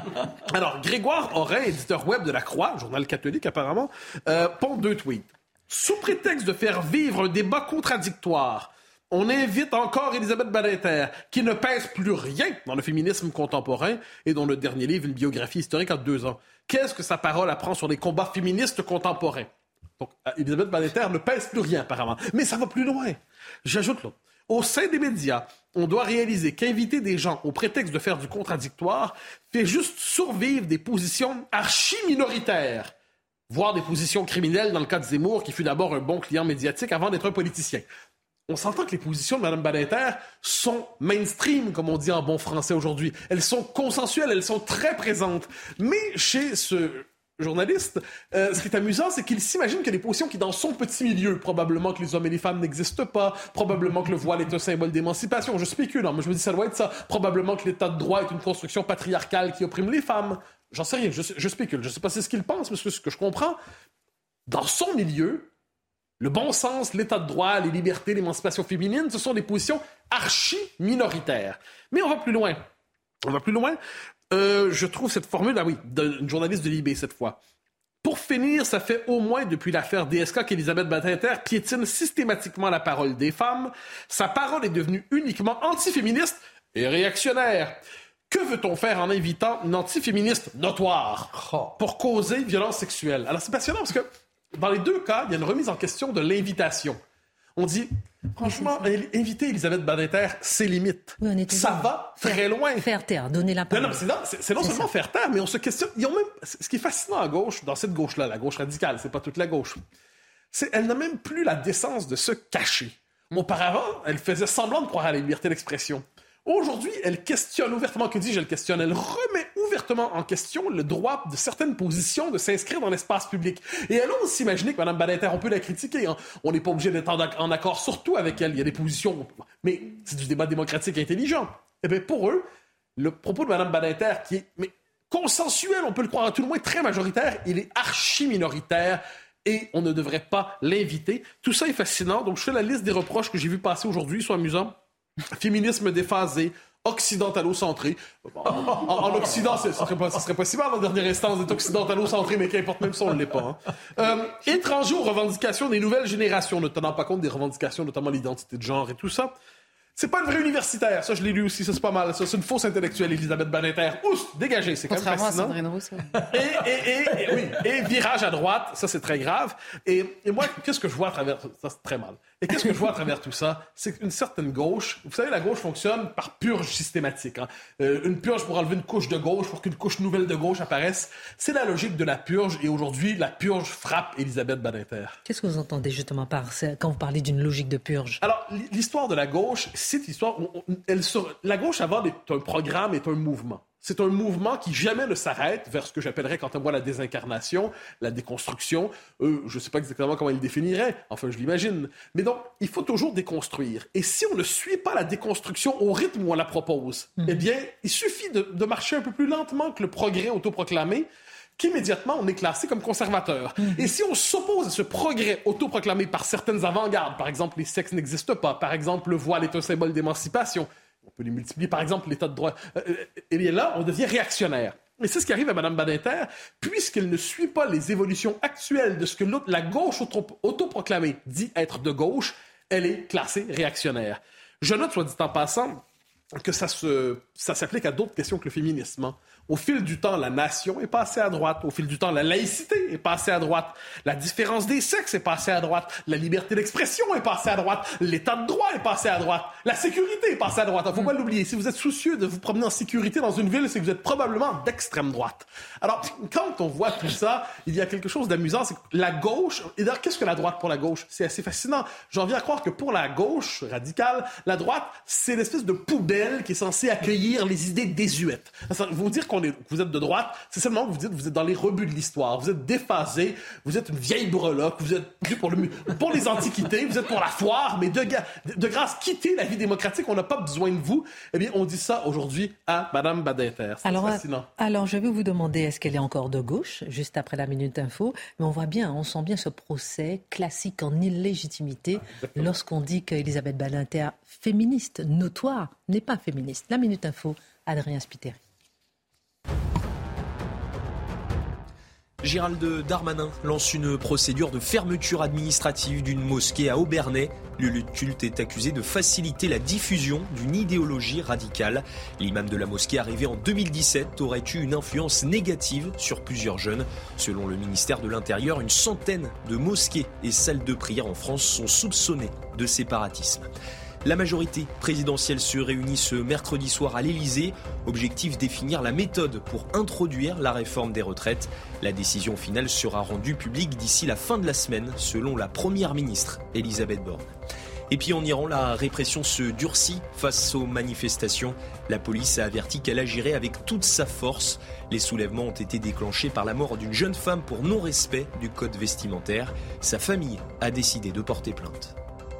Alors, Grégoire Aurin, éditeur web de La Croix, journal catholique apparemment, euh, pond deux tweets. Sous prétexte de faire vivre un débat contradictoire, on invite encore Elisabeth Badinter, qui ne pèse plus rien dans le féminisme contemporain et dont le dernier livre, une biographie historique, a deux ans. Qu'est-ce que sa parole apprend sur les combats féministes contemporains? Donc, Elisabeth Badinter ne pèse plus rien, apparemment. Mais ça va plus loin. J'ajoute là. Au sein des médias, on doit réaliser qu'inviter des gens au prétexte de faire du contradictoire fait juste survivre des positions archi-minoritaires, voire des positions criminelles dans le cas de Zemmour, qui fut d'abord un bon client médiatique avant d'être un politicien. On s'entend que les positions de Mme Badinter sont mainstream, comme on dit en bon français aujourd'hui. Elles sont consensuelles, elles sont très présentes. Mais chez ce... journaliste, euh, ce qui est amusant, c'est qu'il s'imagine qu'il y a des positions qui, dans son petit milieu, probablement que les hommes et les femmes n'existent pas, probablement que le voile est un symbole d'émancipation. Je spécule, hein, mais je me dis ça doit être ça. Probablement que l'état de droit est une construction patriarcale qui opprime les femmes. J'en sais rien, je, je spécule. Je sais pas si c'est ce qu'il pense, mais ce que je comprends, dans son milieu, le bon sens, l'état de droit, les libertés, l'émancipation féminine, ce sont des positions archi-minoritaires. Mais on va plus loin. On va plus loin. Euh, je trouve cette formule, ah oui, d'une journaliste de Libé cette fois. Pour finir, ça fait au moins depuis l'affaire D S K qu'Elisabeth Badinter piétine systématiquement la parole des femmes. Sa parole est devenue uniquement antiféministe et réactionnaire. Que veut-on faire en invitant une antiféministe notoire pour causer violence sexuelle? Alors c'est passionnant parce que dans les deux cas, il y a une remise en question de l'invitation. On dit, franchement, inviter Elisabeth Badinter, c'est limite. Oui, ça va faire, très loin. Faire taire, donner la parole. Non, non, c'est, non, c'est, c'est non c'est seulement ça. Faire taire, mais on se questionne. Ils ont même, ce qui est fascinant à gauche, dans cette gauche-là, la gauche radicale, c'est pas toute la gauche, c'est elle n'a même plus la décence de se cacher. Auparavant, elle faisait semblant de croire à la liberté d'expression. Aujourd'hui, elle questionne ouvertement, que dis-je, elle questionne, elle remet ouvertement en question le droit de certaines positions de s'inscrire dans l'espace public. Et elle ose s'imaginer que Mme Badinter, on peut la critiquer, hein. On n'est pas obligé d'être en, en accord surtout avec elle, il y a des positions, mais c'est du débat démocratique intelligent. Eh bien, pour eux, le propos de Mme Badinter, qui est mais, consensuel, on peut le croire à tout le moins, très majoritaire, il est archi-minoritaire, et on ne devrait pas l'inviter. Tout ça est fascinant, donc je fais la liste des reproches que j'ai vu passer aujourd'hui, soit amusant. Féminisme déphasé, occidentalo-centré. En, en, en Occident, ce serait, pas, ce serait pas si mal en dernière instance d'être occidentalo-centré, mais qu'importe, même ça, on ne l'est pas. Hein. Euh, étranger aux revendications des nouvelles générations, ne tenant pas compte des revendications, notamment l'identité de genre et tout ça. C'est pas une vraie universitaire, ça je l'ai lu aussi, ça c'est pas mal. Ça, c'est une fausse intellectuelle, Elisabeth Badinter. Ouf, dégagée, c'est quand même fascinant. Contrairement à Sandrine Rousseau. Et, et, et, et, oui, et virage à droite, ça c'est très grave. Et, et moi, qu'est-ce que je vois à travers ça? C'est très mal. Et qu'est-ce que je vois à travers tout ça? C'est qu'une certaine gauche, vous savez, la gauche fonctionne par purge systématique. Hein. Euh, une purge pour enlever une couche de gauche, pour qu'une couche nouvelle de gauche apparaisse. C'est la logique de la purge, et aujourd'hui, la purge frappe Elisabeth Badinter. Qu'est-ce que vous entendez justement par ça, quand vous parlez d'une logique de purge? Alors, l'histoire de la gauche, c'est l'histoire où on, elle, la gauche, avant, est un programme, est un mouvement. C'est un mouvement qui jamais ne s'arrête vers ce que j'appellerais, quant à moi, la désincarnation, la déconstruction. Euh, je ne sais pas exactement comment il le définirait, enfin je l'imagine. Mais donc, il faut toujours déconstruire. Et si on ne suit pas la déconstruction au rythme où on la propose, mmh. eh bien, il suffit de, de marcher un peu plus lentement que le progrès autoproclamé, qu'immédiatement, on est classé comme conservateur. Mmh. Et si on s'oppose à ce progrès autoproclamé par certaines avant-gardes, par exemple, les sexes n'existent pas, par exemple, le voile est un symbole d'émancipation, on peut les multiplier, par exemple, l'état de droit. Euh, et bien là, on devient réactionnaire. Et c'est ce qui arrive à Mme Badinter, puisqu'elle ne suit pas les évolutions actuelles de ce que la gauche auto- autoproclamée dit être de gauche, elle est classée réactionnaire. Je note, soit dit en passant, que ça, se, ça s'applique à d'autres questions que le féminisme. Hein. Au fil du temps, la nation est passée à droite. Au fil du temps, la laïcité est passée à droite. La différence des sexes est passée à droite. La liberté d'expression est passée à droite. L'état de droit est passé à droite. La sécurité est passée à droite. Il ne faut pas l'oublier. Si vous êtes soucieux de vous promener en sécurité dans une ville, c'est que vous êtes probablement d'extrême droite. Alors, quand on voit tout ça, il y a quelque chose d'amusant. C'est que la gauche... Et d'ailleurs, qu'est-ce que la droite pour la gauche? C'est assez fascinant. J'en viens à croire que pour la gauche radicale, la droite, c'est l'espèce de poubelle qui est censée accueillir les idées désuètes. Vous dire qu'on est, que vous êtes de droite, c'est seulement que vous dites que vous êtes dans les rebuts de l'histoire. Vous êtes déphasé, vous êtes une vieille breloque, vous êtes pour, le, pour les antiquités, vous êtes pour la foire, mais de, de grâce, quittez la vie démocratique, on n'a pas besoin de vous. Eh bien, on dit ça aujourd'hui à Mme Badinter. C'est alors, fascinant. Alors, je vais vous demander, est-ce qu'elle est encore de gauche, juste après la Minute Info? Mais on voit bien, on sent bien ce procès classique en illégitimité ah, lorsqu'on dit qu'Elisabeth Badinter, féministe, notoire, n'est pas féministe. La Minute Info, Adrien Spiteri. Gérald Darmanin lance une procédure de fermeture administrative d'une mosquée à Obernai. Le lieu de culte est accusé de faciliter la diffusion d'une idéologie radicale. L'imam de la mosquée, arrivé en deux mille dix-sept, aurait eu une influence négative sur plusieurs jeunes. Selon le ministère de l'Intérieur, une centaine de mosquées et salles de prière en France sont soupçonnées de séparatisme. La majorité présidentielle se réunit ce mercredi soir à l'Élysée. Objectif, définir la méthode pour introduire la réforme des retraites. La décision finale sera rendue publique d'ici la fin de la semaine, selon la première ministre, Elisabeth Borne. Et puis en Iran, la répression se durcit face aux manifestations. La police a averti qu'elle agirait avec toute sa force. Les soulèvements ont été déclenchés par la mort d'une jeune femme pour non-respect du code vestimentaire. Sa famille a décidé de porter plainte.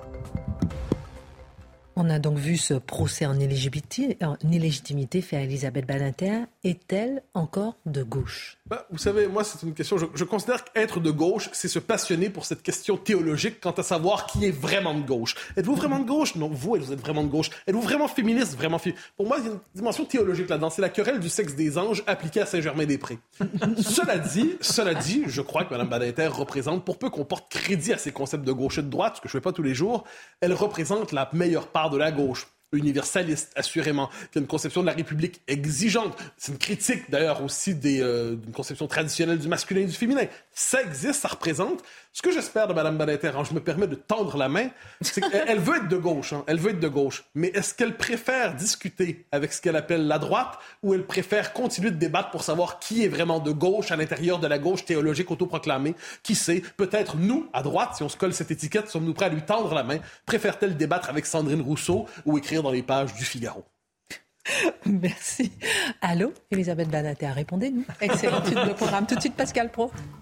On a donc vu ce procès en illégitimité, en illégitimité fait à Elisabeth Badinter. Est-elle encore de gauche? Ben, vous savez, moi, c'est une question... Je, je considère qu'être de gauche, c'est se passionner pour cette question théologique quant à savoir qui est vraiment de gauche. Êtes-vous vraiment de gauche? Non, vous, vous êtes vraiment de gauche. Êtes-vous vraiment féministe? Vraiment féministe. Pour moi, il y a une dimension théologique là-dedans. C'est la querelle du sexe des anges appliquée à Saint-Germain-des-Prés. cela dit, cela dit, je crois que Mme Badinter représente, pour peu qu'on porte crédit à ces concepts de gauche et de droite, ce que je ne fais pas tous les jours, elle représente la meilleure part de la gauche. Universaliste, assurément, qui a une conception de la République exigeante. C'est une critique, d'ailleurs, aussi des, euh, d'une conception traditionnelle du masculin et du féminin. Ça existe, ça représente. Ce que j'espère de Mme Badinter, quand je me permets de tendre la main, c'est qu'elle veut être de gauche, hein, elle veut être de gauche, mais est-ce qu'elle préfère discuter avec ce qu'elle appelle la droite, ou elle préfère continuer de débattre pour savoir qui est vraiment de gauche à l'intérieur de la gauche théologique autoproclamée? Qui sait? Peut-être nous, à droite, si on se colle cette étiquette, sommes-nous prêts à lui tendre la main? Préfère-t-elle débattre avec Sandrine Rousseau ou écrire dans les pages du Figaro? Merci. Allô, Elisabeth Badinter, répondez-nous. Excellente étude de programme. Tout de suite, Pascal Praud.